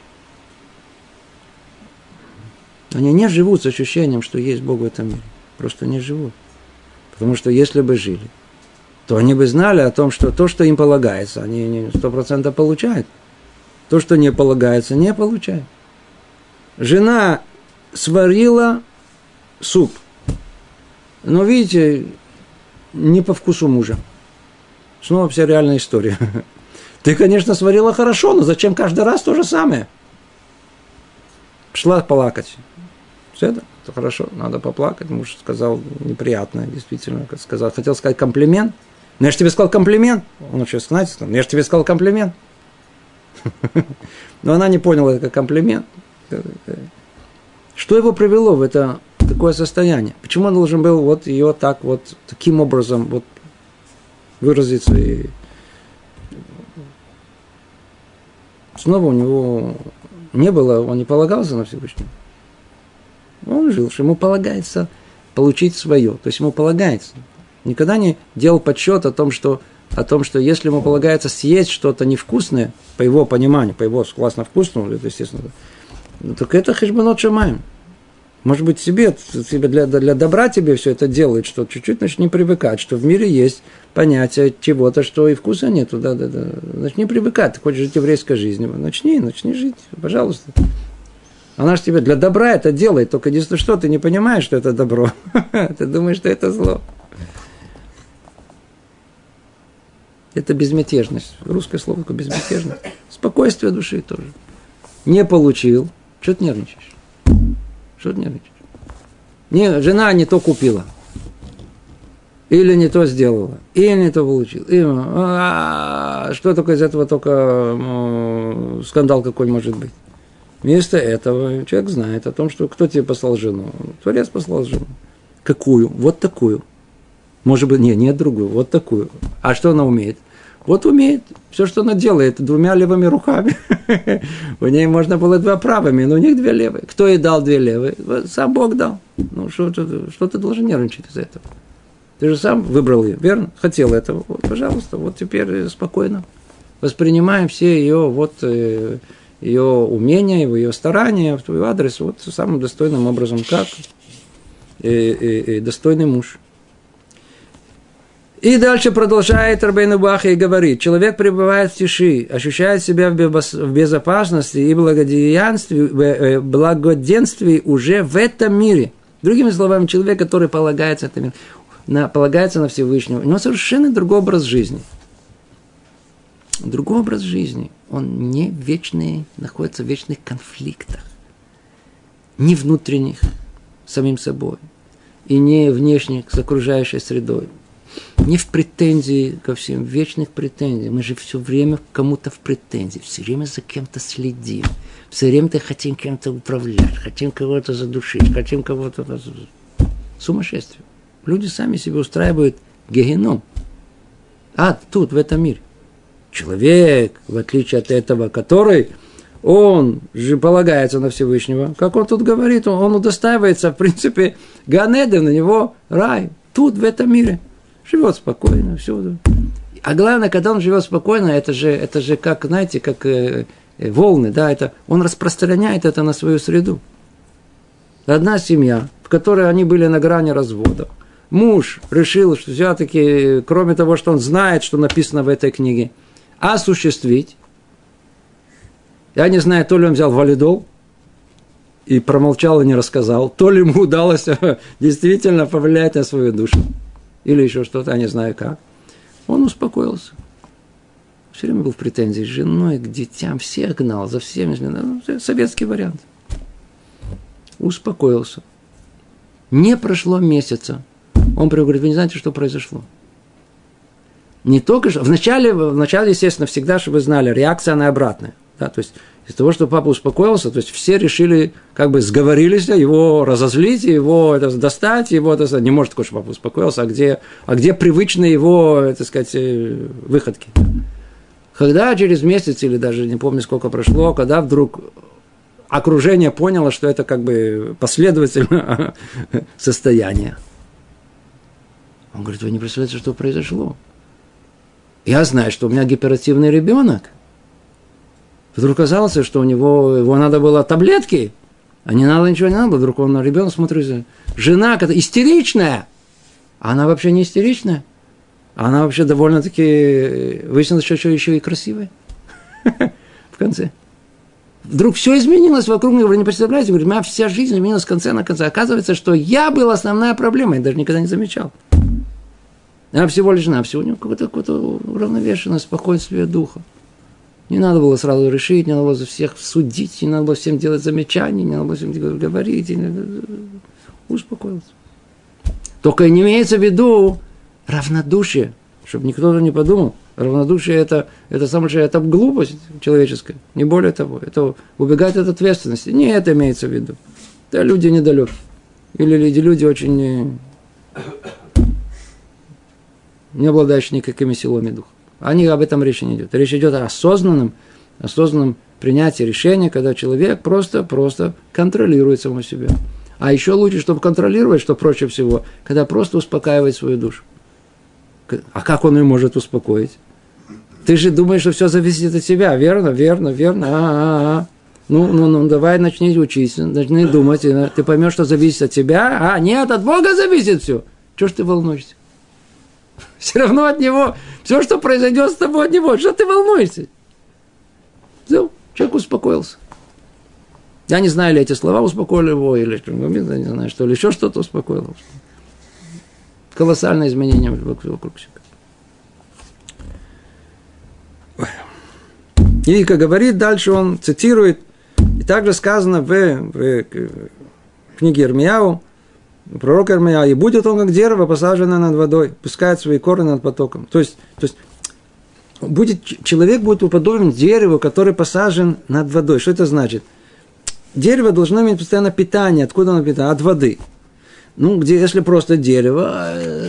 Они не живут с ощущением, что есть Бог в этом мире. Просто не живут. Потому что если бы жили, то они бы знали о том, что то, что им полагается, они 100% получают. То, что не полагается, не получают. Жена сварила суп. Но, видите, не по вкусу мужа. Снова вся реальная история. Ты, конечно, сварила хорошо, но зачем каждый раз то же самое? Пошла плакать. Все это хорошо, надо поплакать. Муж сказал неприятно, действительно. Хотел сказать комплимент. Но я же тебе сказал комплимент. Он еще, знаете, я же тебе сказал комплимент. Но она не поняла, это как комплимент. Что его привело в это такое состояние? Почему он должен был вот ее так вот, таким образом вот выразиться? И снова у него не было, он не полагался на Всевышнего. Он жил, что ему полагается получить свое. То есть ему полагается. Никогда не делал подсчет о том, что если ему полагается съесть что-то невкусное, по его пониманию, по его классно вкусному, это естественно, так это хешбонот шамаим. Может быть, себе для добра тебе все это делает, что чуть-чуть начни не привыкать, что в мире есть понятие чего-то, что и вкуса нету. Да. Начни привыкать, ты хочешь жить еврейской жизнью. Начни жить, пожалуйста. Она же тебе для добра это делает, только единственное, что ты не понимаешь, что это добро. Ты думаешь, что это зло. Это безмятежность. Русское слово такое безмятежность. Спокойствие души тоже. Не получил. Что ты нервничаешь? Что ты нервничаешь? Жена не то купила. Или не то сделала. Или не то получил. Что только из этого только скандал какой может быть? Вместо этого человек знает о том, что кто тебе послал жену. Творец послал жену. Какую? Вот такую. Может быть, нет другую. Вот такую. А что она умеет? Вот умеет. Все, что она делает, 2 левыми руками. У ней можно было 2 правыми, но у них 2 левые. Кто ей дал 2 левые? Сам Бог дал. Ну, что ты должен нервничать из-за этого? Ты же сам выбрал ее, верно? Хотел этого. Вот, пожалуйста, вот теперь спокойно. Воспринимаем все ее умения, ее старания в твой адрес вот самым достойным образом, как достойный муж. И дальше продолжает Рабейну Баха и говорит: человек пребывает в тиши, ощущает себя в безопасности и благоденствии уже в этом мире. Другими словами, человек, который полагается на Всевышнего, у него совершенно другой образ жизни. Другой образ жизни. Он не вечный, находится в вечных конфликтах. Не внутренних, с самим собой. И не внешних, с окружающей средой. Не в претензии ко всем, вечных претензий. Мы же все время кому-то в претензии. Все время за кем-то следим. Все время хотим кем-то управлять. Хотим кого-то задушить. Хотим кого-то... Сумасшествие. Люди сами себе устраивают геном. Тут, в этом мире. Человек, в отличие от этого, который, он же полагается на Всевышнего, как он тут говорит, он удостаивается, в принципе, Ганеден, на него рай, тут, в этом мире. Живет спокойно, все. А главное, когда он живет спокойно, это же как, знаете, как волны, да, он распространяет это на свою среду. Одна семья, в которой они были на грани развода, муж решил, что все-таки, кроме того, что он знает, что написано в этой книге, осуществить. Я не знаю, то ли он взял валидол и промолчал и не рассказал, то ли ему удалось действительно повлиять на свою душу, или еще что-то, я не знаю как. Он успокоился. Все время был в претензии с женой, к детям, всех гнал, за всеми. Советский вариант. Успокоился. Не прошло месяца. Он говорит: вы не знаете, что произошло? Не только что... Вначале, естественно, всегда, чтобы вы знали, реакция, она обратная. Да? То есть, из-за того, что папа успокоился, то есть, все решили, как бы сговорились, его разозлить, его достать, его... Не может такое, что папа успокоился, а где привычные его, так сказать, выходки? Когда через месяц, или даже не помню, сколько прошло, когда вдруг окружение поняло, что это как бы последовательное состояние. Он говорит: вы не представляете, что произошло. Я знаю, что у меня гиперактивный ребенок. Вдруг оказалось, что его надо было таблетки, а ничего не надо. Вдруг ребенок смотрит, жена какая-то истеричная, а она вообще не истеричная. Она вообще довольно-таки выяснилось, что еще и красивая в конце. Вдруг все изменилось вокруг меня, вы не представляете, говорит, моя вся жизнь изменилась с конца на конце. Оказывается, что я был основная проблема, я даже никогда не замечал. А всего лишь навсего у него какое-то уравновешенное спокойствие духа. Не надо было сразу решить, не надо было всех судить, не надо было всем делать замечания, не надо было всем говорить. Успокоился. Только не имеется в виду равнодушие, чтобы никто не подумал. Равнодушие это самое большое, это глупость человеческая, не более того. Это убегать от ответственности. Не это имеется в виду. Это люди недалекие. Или люди очень не обладающие никакими силами духа. Об этом речи не идет. Речь идет о осознанном принятии решения, когда человек просто контролирует самого себя. А еще лучше, чтобы контролировать, что проще всего, когда просто успокаивает свою душу. А как он ее может успокоить? Ты же думаешь, что все зависит от тебя, верно. Ну, давай начни учиться, начни думать, ты поймешь, что зависит от тебя. Нет, от Бога зависит все. Чего ж ты волнуешься? Все равно от Него, все, что произойдет с тобой от Него, что ты волнуешься? Все, человек успокоился. Я не знаю, ли эти слова успокоили его, или не знаю, что ли, еще что-то успокоило. Колоссальное изменение вокруг себя. И, как говорит, дальше он цитирует, и также сказано в книге Ирмияу, пророк Ирмияу, и будет он как дерево, посаженное над водой, пускает свои корни над потоком. То есть человек будет уподобен дереву, который посажен над водой. Что это значит? Дерево должно иметь постоянно питание. Откуда оно питание? От воды. Если просто дерево,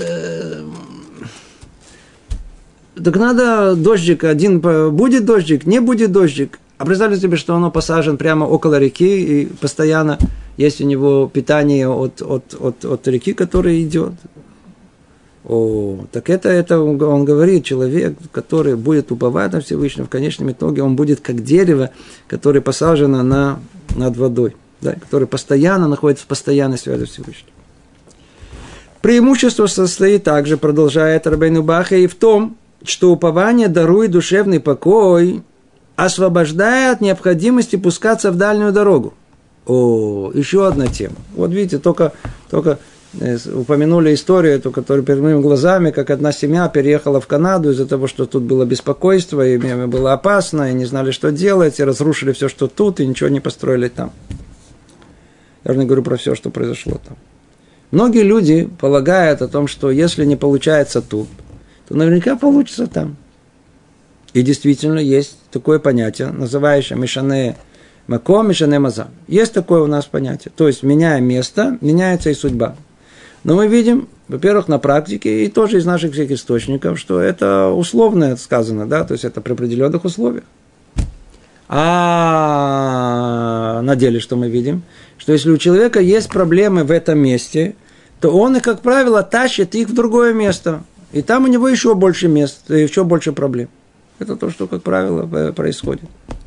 так надо дождик. Один будет дождик, не будет дождик. А представьте себе, что оно посажено прямо около реки, и постоянно есть у него питание от реки, которая идет. Так это он говорит, человек, который будет уповать на Всевышнего, в конечном итоге он будет как дерево, которое посажено над водой, да, которое постоянно находится в постоянной связи с Всевышним. Преимущество состоит также, продолжает Рабейну Бахья, и в том, что упование дарует душевный покой, освобождая от необходимости пускаться в дальнюю дорогу. Еще одна тема. Вот видите, только упомянули историю эту, которая перед моими глазами, как одна семья переехала в Канаду из-за того, что тут было беспокойство, и было опасно, и не знали, что делать, и разрушили все, что тут, и ничего не построили там. Я же не говорю про все, что произошло там. Многие люди полагают о том, что если не получается тут, то наверняка получится там. И действительно есть такое понятие, называющее мишане маком, мишане мазал. Есть такое у нас понятие. То есть, меняя место, меняется и судьба. Но мы видим, во-первых, на практике, и тоже из наших всех источников, что это условно сказано, да, то есть это при определенных условиях. А на деле что мы видим? Что если у человека есть проблемы в этом месте, то он их, как правило, тащит их в другое место. И там у него еще больше мест, еще больше проблем. Это то, что, как правило, происходит.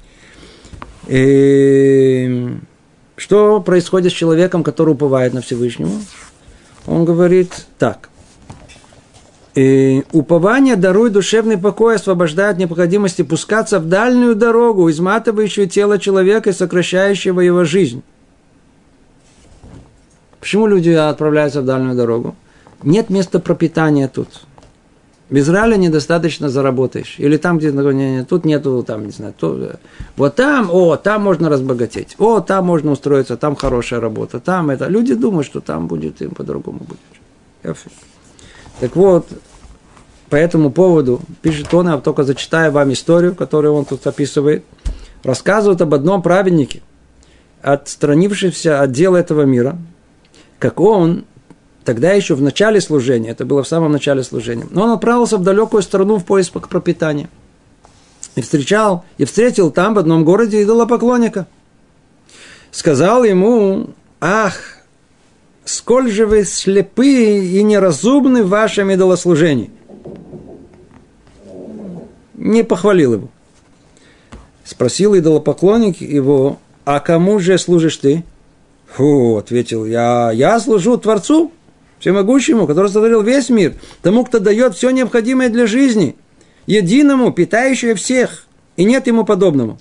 И что происходит с человеком, который уповает на Всевышнего? Он говорит так. Упование дарует душевный покой, освобождает от необходимости пускаться в дальнюю дорогу, изматывающую тело человека и сокращающего его жизнь. Почему люди отправляются в дальнюю дорогу? Нет места пропитания тут. В Израиле недостаточно заработаешь. Или там, где тут нету, там, не знаю, вот там, там можно разбогатеть. Там можно устроиться, там хорошая работа. Там это. Люди думают, что там будет, им по-другому будет. Так вот, по этому поводу, пишет он, я только зачитаю вам историю, которую он тут описывает. Рассказывает об одном праведнике, отстранившемся от дела этого мира, как он тогда еще в начале служения, это было в самом начале служения, но он отправился в далекую страну в поисках пропитания. И встретил там в одном городе идолопоклонника. Сказал ему: «Ах, сколь же вы слепы и неразумны в вашем идолослужении». Не похвалил его. Спросил идолопоклонник его: «А кому же служишь ты?» Ответил: «Я служу Творцу, Всемогущему, который сотворил весь мир, тому, кто дает все необходимое для жизни, единому, питающему всех, и нет ему подобному».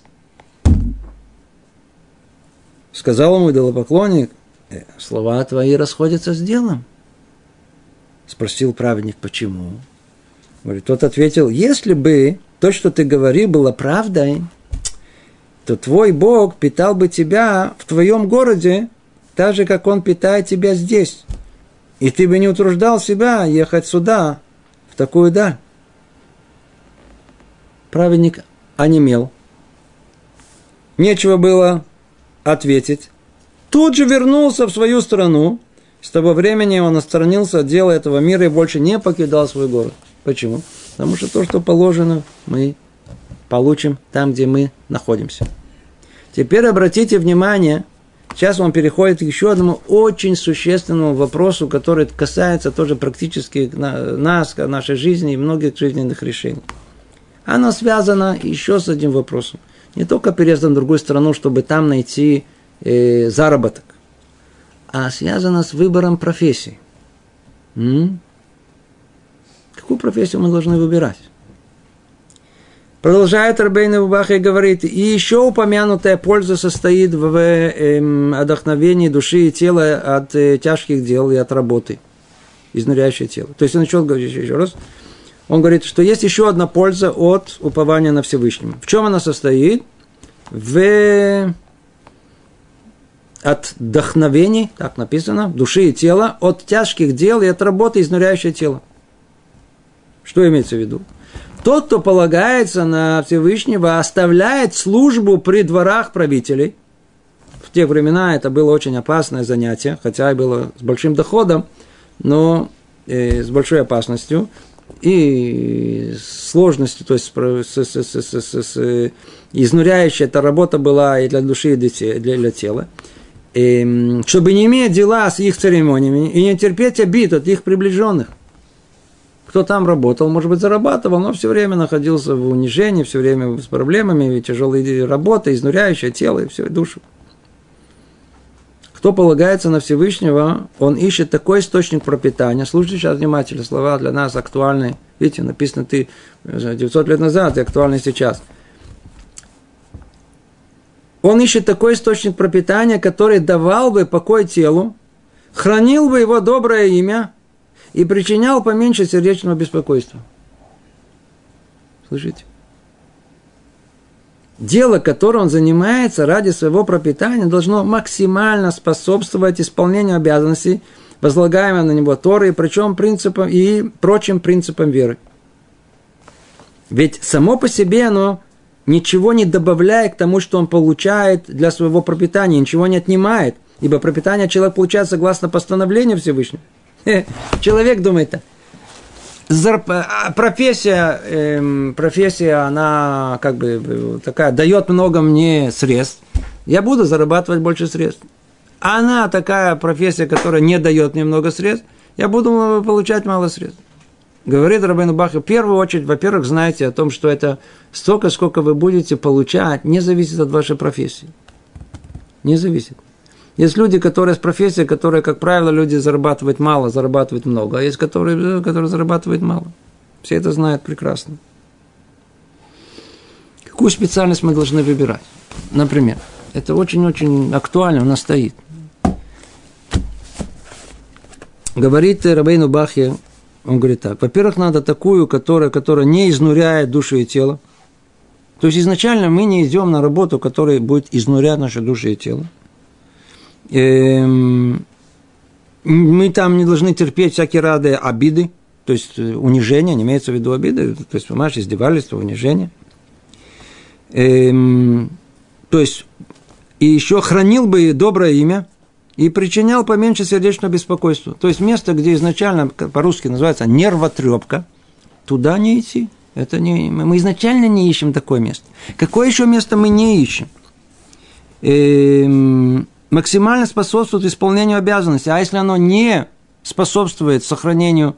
Сказал ему идолопоклонник: «Слова твои расходятся с делом». Спросил праведник: «Почему?» Говорит, тот ответил: «Если бы то, что ты говорил, было правдой, то твой Бог питал бы тебя в твоем городе, так же, как он питает тебя здесь. И ты бы не утруждал себя ехать сюда, в такую даль». Праведник онемел. Нечего было ответить. Тут же вернулся в свою страну. С того времени он отстранился от дела этого мира и больше не покидал свой город. Почему? Потому что то, что положено, мы получим там, где мы находимся. Теперь обратите внимание, сейчас он переходит к еще одному очень существенному вопросу, который касается тоже практически нас, нашей жизни и многих жизненных решений. Оно связано еще с одним вопросом. Не только переездом в другую страну, чтобы там найти заработок, а связано с выбором профессии. Какую профессию мы должны выбирать? Продолжает Рабейну Бахья и говорит: и еще упомянутая польза состоит в отдохновении души и тела от тяжких дел и от работы, изнуряющей тело. То есть он начал говорить еще раз. Он говорит, что есть еще одна польза от упования на Всевышнего. В чем она состоит? От вдохновений, так написано, души и тела, от тяжких дел и от работы, изнуряющей тело. Что имеется в виду? Тот, кто полагается на Всевышнего, оставляет службу при дворах правителей. В те времена это было очень опасное занятие, хотя и было с большим доходом, но с большой опасностью и сложностью, то есть изнуряющая эта работа была и для души, и для тела. И, чтобы не иметь дела с их церемониями и не терпеть обид от их приближенных. Кто там работал, может быть, зарабатывал, но все время находился в унижении, все время с проблемами, тяжелой работой, изнуряющее тело и всю душу. Кто полагается на Всевышнего, он ищет такой источник пропитания. Слушайте сейчас внимательно, слова для нас актуальны. Видите, написано 900 лет назад и актуальны сейчас. Он ищет такой источник пропитания, который давал бы покой телу, хранил бы его доброе имя и причинял поменьше сердечного беспокойства. Слышите? Дело, которым он занимается ради своего пропитания, должно максимально способствовать исполнению обязанностей, возлагаемых на него Торой, причем принципам и прочим принципам веры. Ведь само по себе оно ничего не добавляет к тому, что он получает для своего пропитания, ничего не отнимает, ибо пропитание человек получает согласно постановлению Всевышнего. Человек думает так. Профессия, она как бы такая, дает много мне средств. Я буду зарабатывать больше средств. Она такая профессия, которая не дает мне много средств. Я буду получать мало средств. Говорит Рабейну Бахья, в первую очередь, во-первых, знайте о том, что это столько, сколько вы будете получать, не зависит от вашей профессии. Не зависит. Есть люди, которые с профессией, которые, как правило, люди зарабатывают мало, зарабатывают много. А есть, которые зарабатывают мало. Все это знают прекрасно. Какую специальность мы должны выбирать? Например, это очень-очень актуально, у нас стоит. Говорит Рабейну Бахья, он говорит так. Во-первых, надо такую, которая не изнуряет душу и тело. То есть, изначально мы не идем на работу, которая будет изнурять наши души и тело. Мы там не должны терпеть всякие разные обиды, то есть унижение, не имеется в виду обиды, то есть, понимаешь, издевательство, унижение. То есть, и еще хранил бы доброе имя и причинял поменьше сердечного беспокойства. То есть, место, где изначально, по-русски называется нервотрепка, туда не идти. Это не, мы изначально не ищем такое место. Какое еще место мы не ищем? Максимально способствует исполнению обязанностей. А если оно не способствует сохранению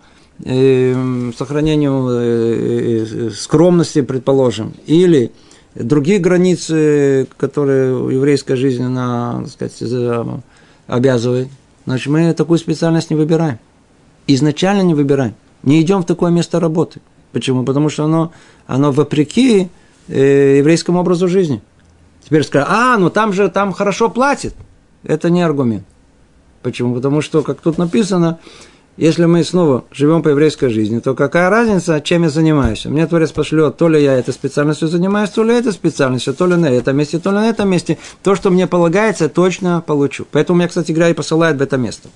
скромности, предположим, или других границ, которые еврейская жизнь она, так сказать, обязывает, значит, мы такую специальность не выбираем. Изначально не выбираем. Не идем в такое место работы. Почему? Потому что оно вопреки еврейскому образу жизни. Теперь скажут, ну там хорошо платят. Это не аргумент. Почему? Потому что, как тут написано, если мы снова живем по еврейской жизни, то какая разница, чем я занимаюсь? Мне Творец пошлет, то ли я этой специальностью занимаюсь, то ли этой специальностью, то ли на этом месте, то ли на этом месте. То, что мне полагается, точно получу. Поэтому меня, кстати говоря, и посылают в это место.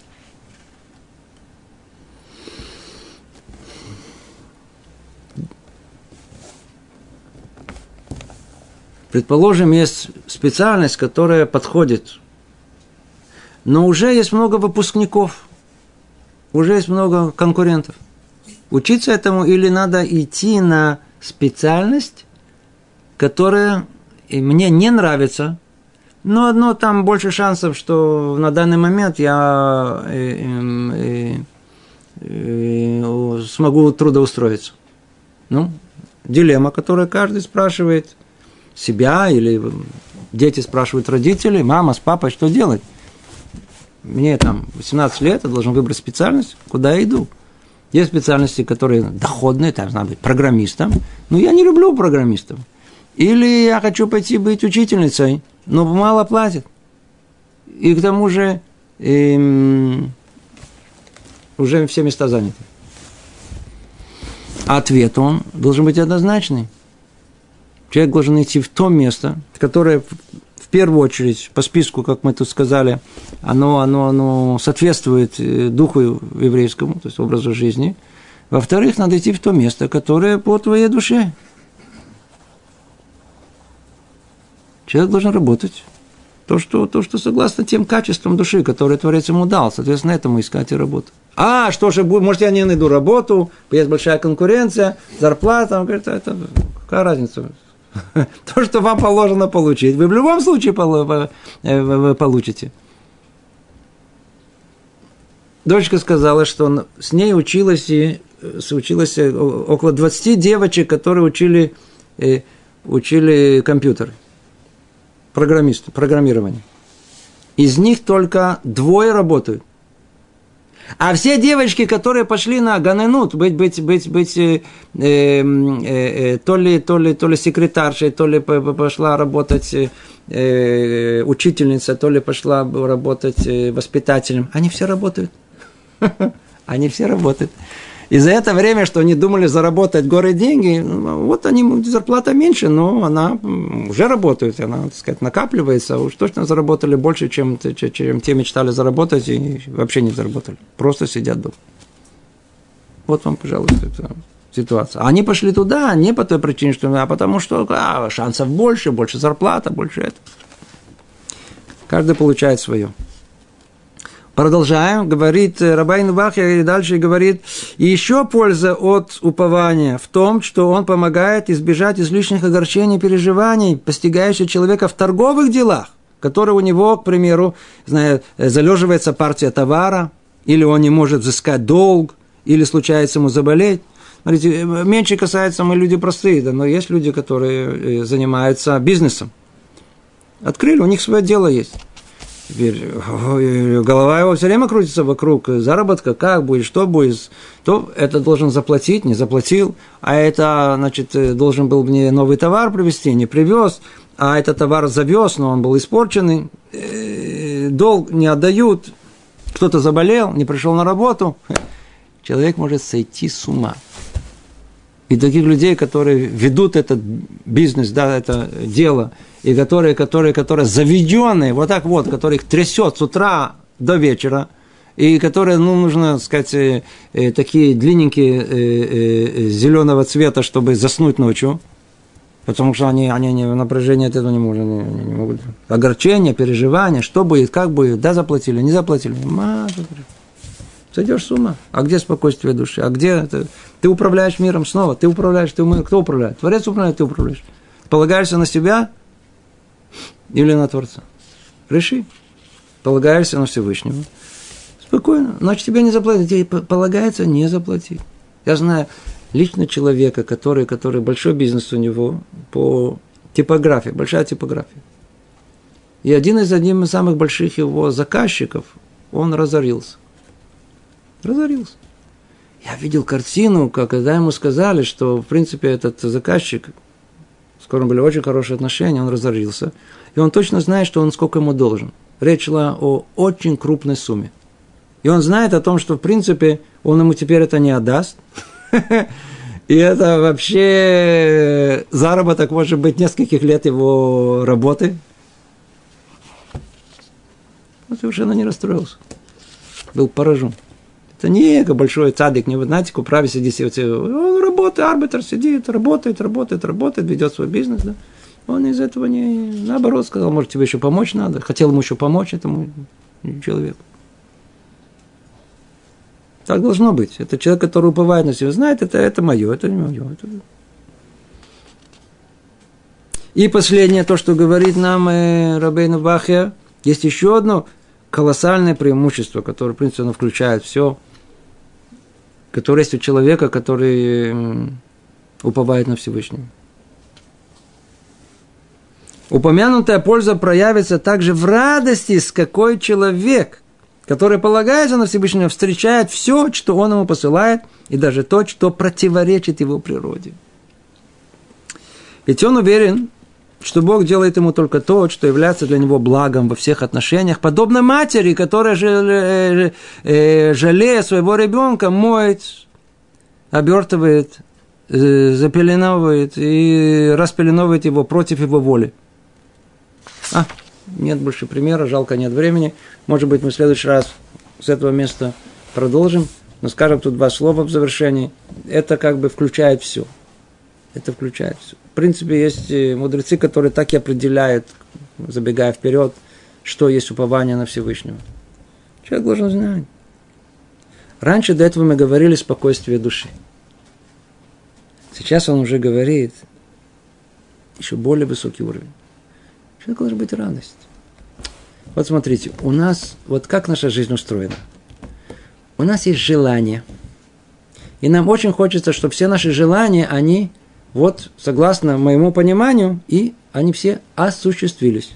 Предположим, есть специальность, которая подходит. Но уже есть много выпускников, уже есть много конкурентов. Учиться этому или надо идти на специальность, которая мне не нравится, но одно там больше шансов, что на данный момент я смогу трудоустроиться. Дилемма, которую каждый спрашивает себя, или дети спрашивают родителей, мама с папой, что делать? Мне там 18 лет, я должен выбрать специальность, куда я иду. Есть специальности, которые доходные, там, надо быть программистом, но я не люблю программистов. Или я хочу пойти быть учительницей, но мало платят. И к тому же уже все места заняты. А ответ он должен быть однозначный. Человек должен идти в то место, которое в первую очередь, по списку, как мы тут сказали, оно соответствует духу еврейскому, то есть образу жизни. Во-вторых, надо идти в то место, которое по твоей душе. Человек должен работать. То, что согласно тем качествам души, которые Творец ему дал. Соответственно, этому искать и работу. Что же будет? Может, я не найду работу, есть большая конкуренция, зарплата. Он говорит, это какая разница? То, что вам положено получить, вы в любом случае вы получите. Дочка сказала, что с ней училось около 20 девочек, которые учили компьютеры. Программирование. Из них только 2 работают. А все девочки, которые пошли на Ганенут, быть то ли секретаршей, то ли пошла работать учительница, то ли пошла работать воспитателем, они все работают. Они все работают. И за это время, что они думали заработать горы деньги, вот они, зарплата меньше, но она уже работает, она, так сказать, накапливается, уж точно заработали больше, чем те мечтали заработать, и вообще не заработали. Просто сидят дома. Вот вам, пожалуйста, эта ситуация. Они пошли туда не по той причине, а потому что шансов больше зарплата, больше это. Каждый получает свое. Продолжаем, говорит Рабейну Бахья, и дальше говорит, и еще польза от упования в том, что он помогает избежать излишних огорчений и переживаний, постигающих человека в торговых делах, которые у него, к примеру, залеживается партия товара, или он не может взыскать долг, или случается ему заболеть. Смотрите, меньше касается, мы люди простые, да, но есть люди, которые занимаются бизнесом. Открыли, у них свое дело есть. Теперь голова его все время крутится вокруг заработка, как будет, что будет, то это должен заплатить, не заплатил, а это, значит, должен был мне новый товар привезти, не привез, а этот товар завез, но он был испорченный, долг не отдают, кто-то заболел, не пришел на работу, человек может сойти с ума. И таких людей, которые ведут этот бизнес, да, это дело, и которые заведенные, вот так вот, которых трясет с утра до вечера, и которые, нужно сказать, такие длинненькие, зеленого цвета, чтобы заснуть ночью, потому что они напряжение от этого не могут. Огорчение, переживания, что будет, как будет, да, заплатили, не заплатили. Сойдешь с ума. А где спокойствие души? А где это? Ты управляешь миром снова. Ты управляешь. Кто управляет? Творец управляет, ты управляешь. Полагаешься на себя или на Творца? Реши. Полагаешься на Всевышнего. Спокойно. Значит, тебе не заплатят. Тебе полагается не заплатить. Я знаю лично человека, который большой бизнес у него по типографии. Большая типография. И один из самых больших его заказчиков, он разорился. Я видел картину, когда ему сказали, что, в принципе, этот заказчик, с которым были очень хорошие отношения, он разорился, и он точно знает, что он сколько ему должен. Речь шла о очень крупной сумме. И он знает о том, что, в принципе, он ему теперь это не отдаст. И это вообще заработок, может быть, нескольких лет его работы. Он совершенно не расстроился. Был поражен. Это не большой цадик, не, знаете, в праве сидит, он работает, арбитр сидит, работает, ведет свой бизнес, да. Он из этого наоборот сказал, может, тебе еще помочь надо, хотел ему еще помочь этому человеку. Так должно быть. Это человек, который уповает на себя, знает, это мое, это не мое. И последнее, то, что говорит нам Рабейну Бахья, есть еще одно колоссальное преимущество, которое, в принципе, оно включает все, которое есть у человека, который уповает на Всевышнего. Упомянутая польза проявится также в радости, с какой человек, который полагается на Всевышнего, встречает все, что он ему посылает, и даже то, что противоречит его природе. Ведь он уверен, что Бог делает ему только то, что является для него благом во всех отношениях, подобно матери, которая, жалея своего ребенка, моет, обертывает запеленовывает и распеленовывает его против его воли. Нет больше примера, жалко, нет времени. Может быть, мы в следующий раз с этого места продолжим, но скажем тут два слова в завершении. Это как бы включает все. Это включает все. В принципе, есть мудрецы, которые так и определяют, забегая вперед, что есть упование на Всевышнего. Человек должен знать. Раньше до этого мы говорили спокойствие души. Сейчас он уже говорит еще более высокий уровень. Человек должен быть радость. Вот смотрите, у нас, вот как наша жизнь устроена. У нас есть желания. И нам очень хочется, чтобы все наши желания, они, вот, согласно моему пониманию, и они все осуществились.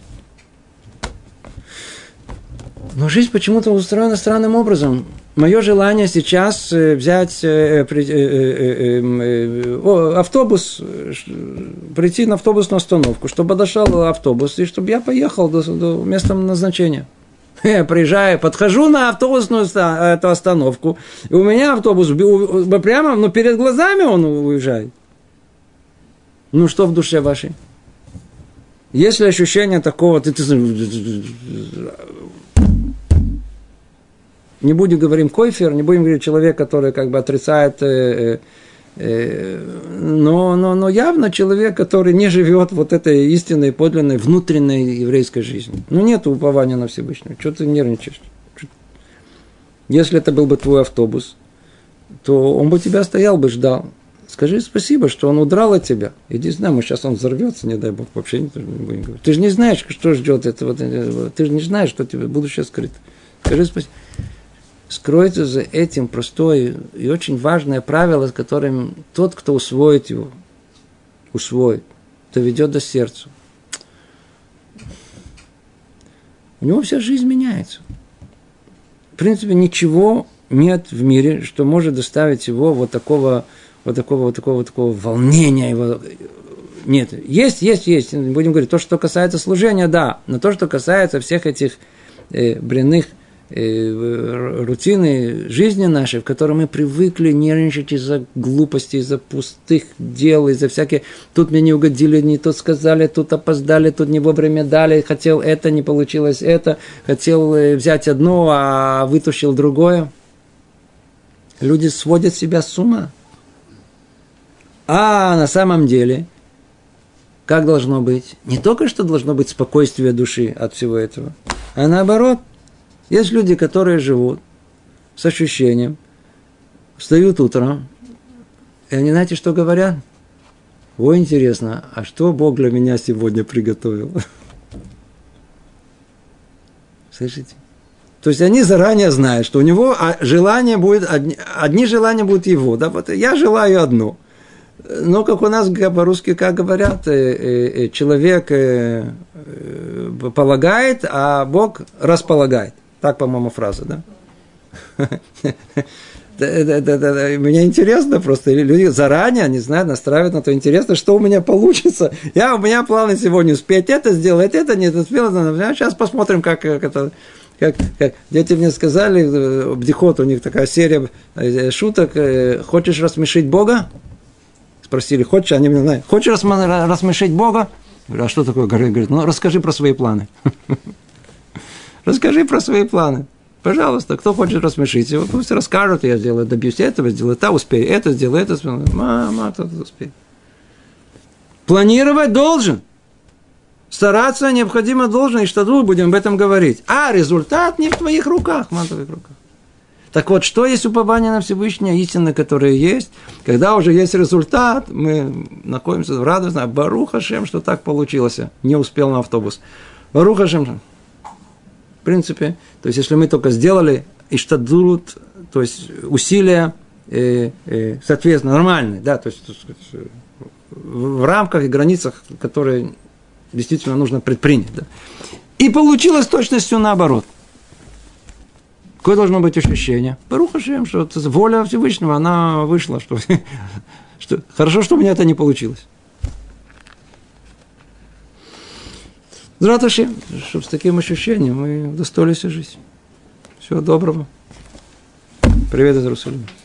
Но жизнь почему-то устроена странным образом. Мое желание сейчас взять автобус, прийти на автобусную остановку, чтобы подошел автобус, и чтобы я поехал до места назначения. Я приезжаю, подхожу на автобусную эту остановку, и у меня автобус прямо перед глазами он уезжает. Ну, что в душе вашей? Есть ли ощущение такого, не будем говорить койфер, не будем говорить человек, который как бы отрицает, но явно человек, который не живет вот этой истинной, подлинной, внутренней еврейской жизнью. Ну, нет упования на Всевышнего. Чего ты нервничаешь? Если это был бы твой автобус, то он бы тебя стоял бы, ждал. Скажи спасибо, что он удрал от тебя. Иди, знай, сейчас он взорвется, не дай Бог, вообще не будем говорить. Ты же не знаешь, что ждет этого. Ты же не знаешь, что тебе будущее скрыто. Скажи спасибо. Скроется за этим простое и очень важное правило, с которым тот, кто усвоит его, доведет до сердца. У него вся жизнь меняется. В принципе, ничего нет в мире, что может доставить его вот такого волнения. Его. Нет, есть. Будем говорить, то, что касается служения, да, но то, что касается всех этих бренных рутины жизни нашей, в которой мы привыкли нервничать из-за глупостей, из-за пустых дел, из-за всяких... Тут мне не угодили, не то сказали, тут опоздали, тут не вовремя дали, хотел это, не получилось это, хотел взять одно, а вытащил другое. Люди сводят себя с ума. А на самом деле, как должно быть? Не только что должно быть спокойствие души от всего этого, а наоборот. Есть люди, которые живут с ощущением, встают утром, и они, знаете, что говорят? Ой, интересно, а что Бог для меня сегодня приготовил? Слышите? То есть они заранее знают, что у него желание будет, одни желания будут его. Да? Вот я желаю одно. Но, как у нас по-русски, как говорят, человек полагает, а Бог располагает. Так, по-моему, фраза, да? Мне интересно просто. Люди заранее, не знаю, настраивают на то. Интересно, что у меня получится. У меня планы сегодня успеть это сделать, это не успел. Сейчас посмотрим, как это... Как дети мне сказали, бдихот, у них такая серия шуток. Хочешь рассмешить Бога? Спросили, хочешь? Они мне знают. Хочешь рассмешить Бога? Говорю, а что такое? Говорит, ну расскажи про свои планы. Расскажи про свои планы. Пожалуйста, кто хочет рассмешить его, пусть расскажут, я сделаю, добьюсь этого, сделаю, успею, это сделаю, это сделаю. Мама, кто-то успеет. Планировать должен. Стараться необходимо должен, и что тут будем об этом говорить. А результат не в твоих руках, в твоих руках. Так вот, что есть упование на Всевышнее, истина, которая есть. Когда уже есть результат, мы находимся в радости. Барух Ашем, что так получилось. Не успел на автобус. Барух Ашем. В принципе, то есть, если мы только сделали иштадут, то есть, усилия, соответственно, нормальные, да, то есть, в рамках и границах, которые действительно нужно предпринять, да. И получилось точностью наоборот. Какое должно быть ощущение? Барух Ашем, что воля Всевышнего, она вышла, что хорошо, что у меня это не получилось. Здравствуйте, чтобы с таким ощущением мы удостоились жить. Всего доброго. Привет из Иерусалима.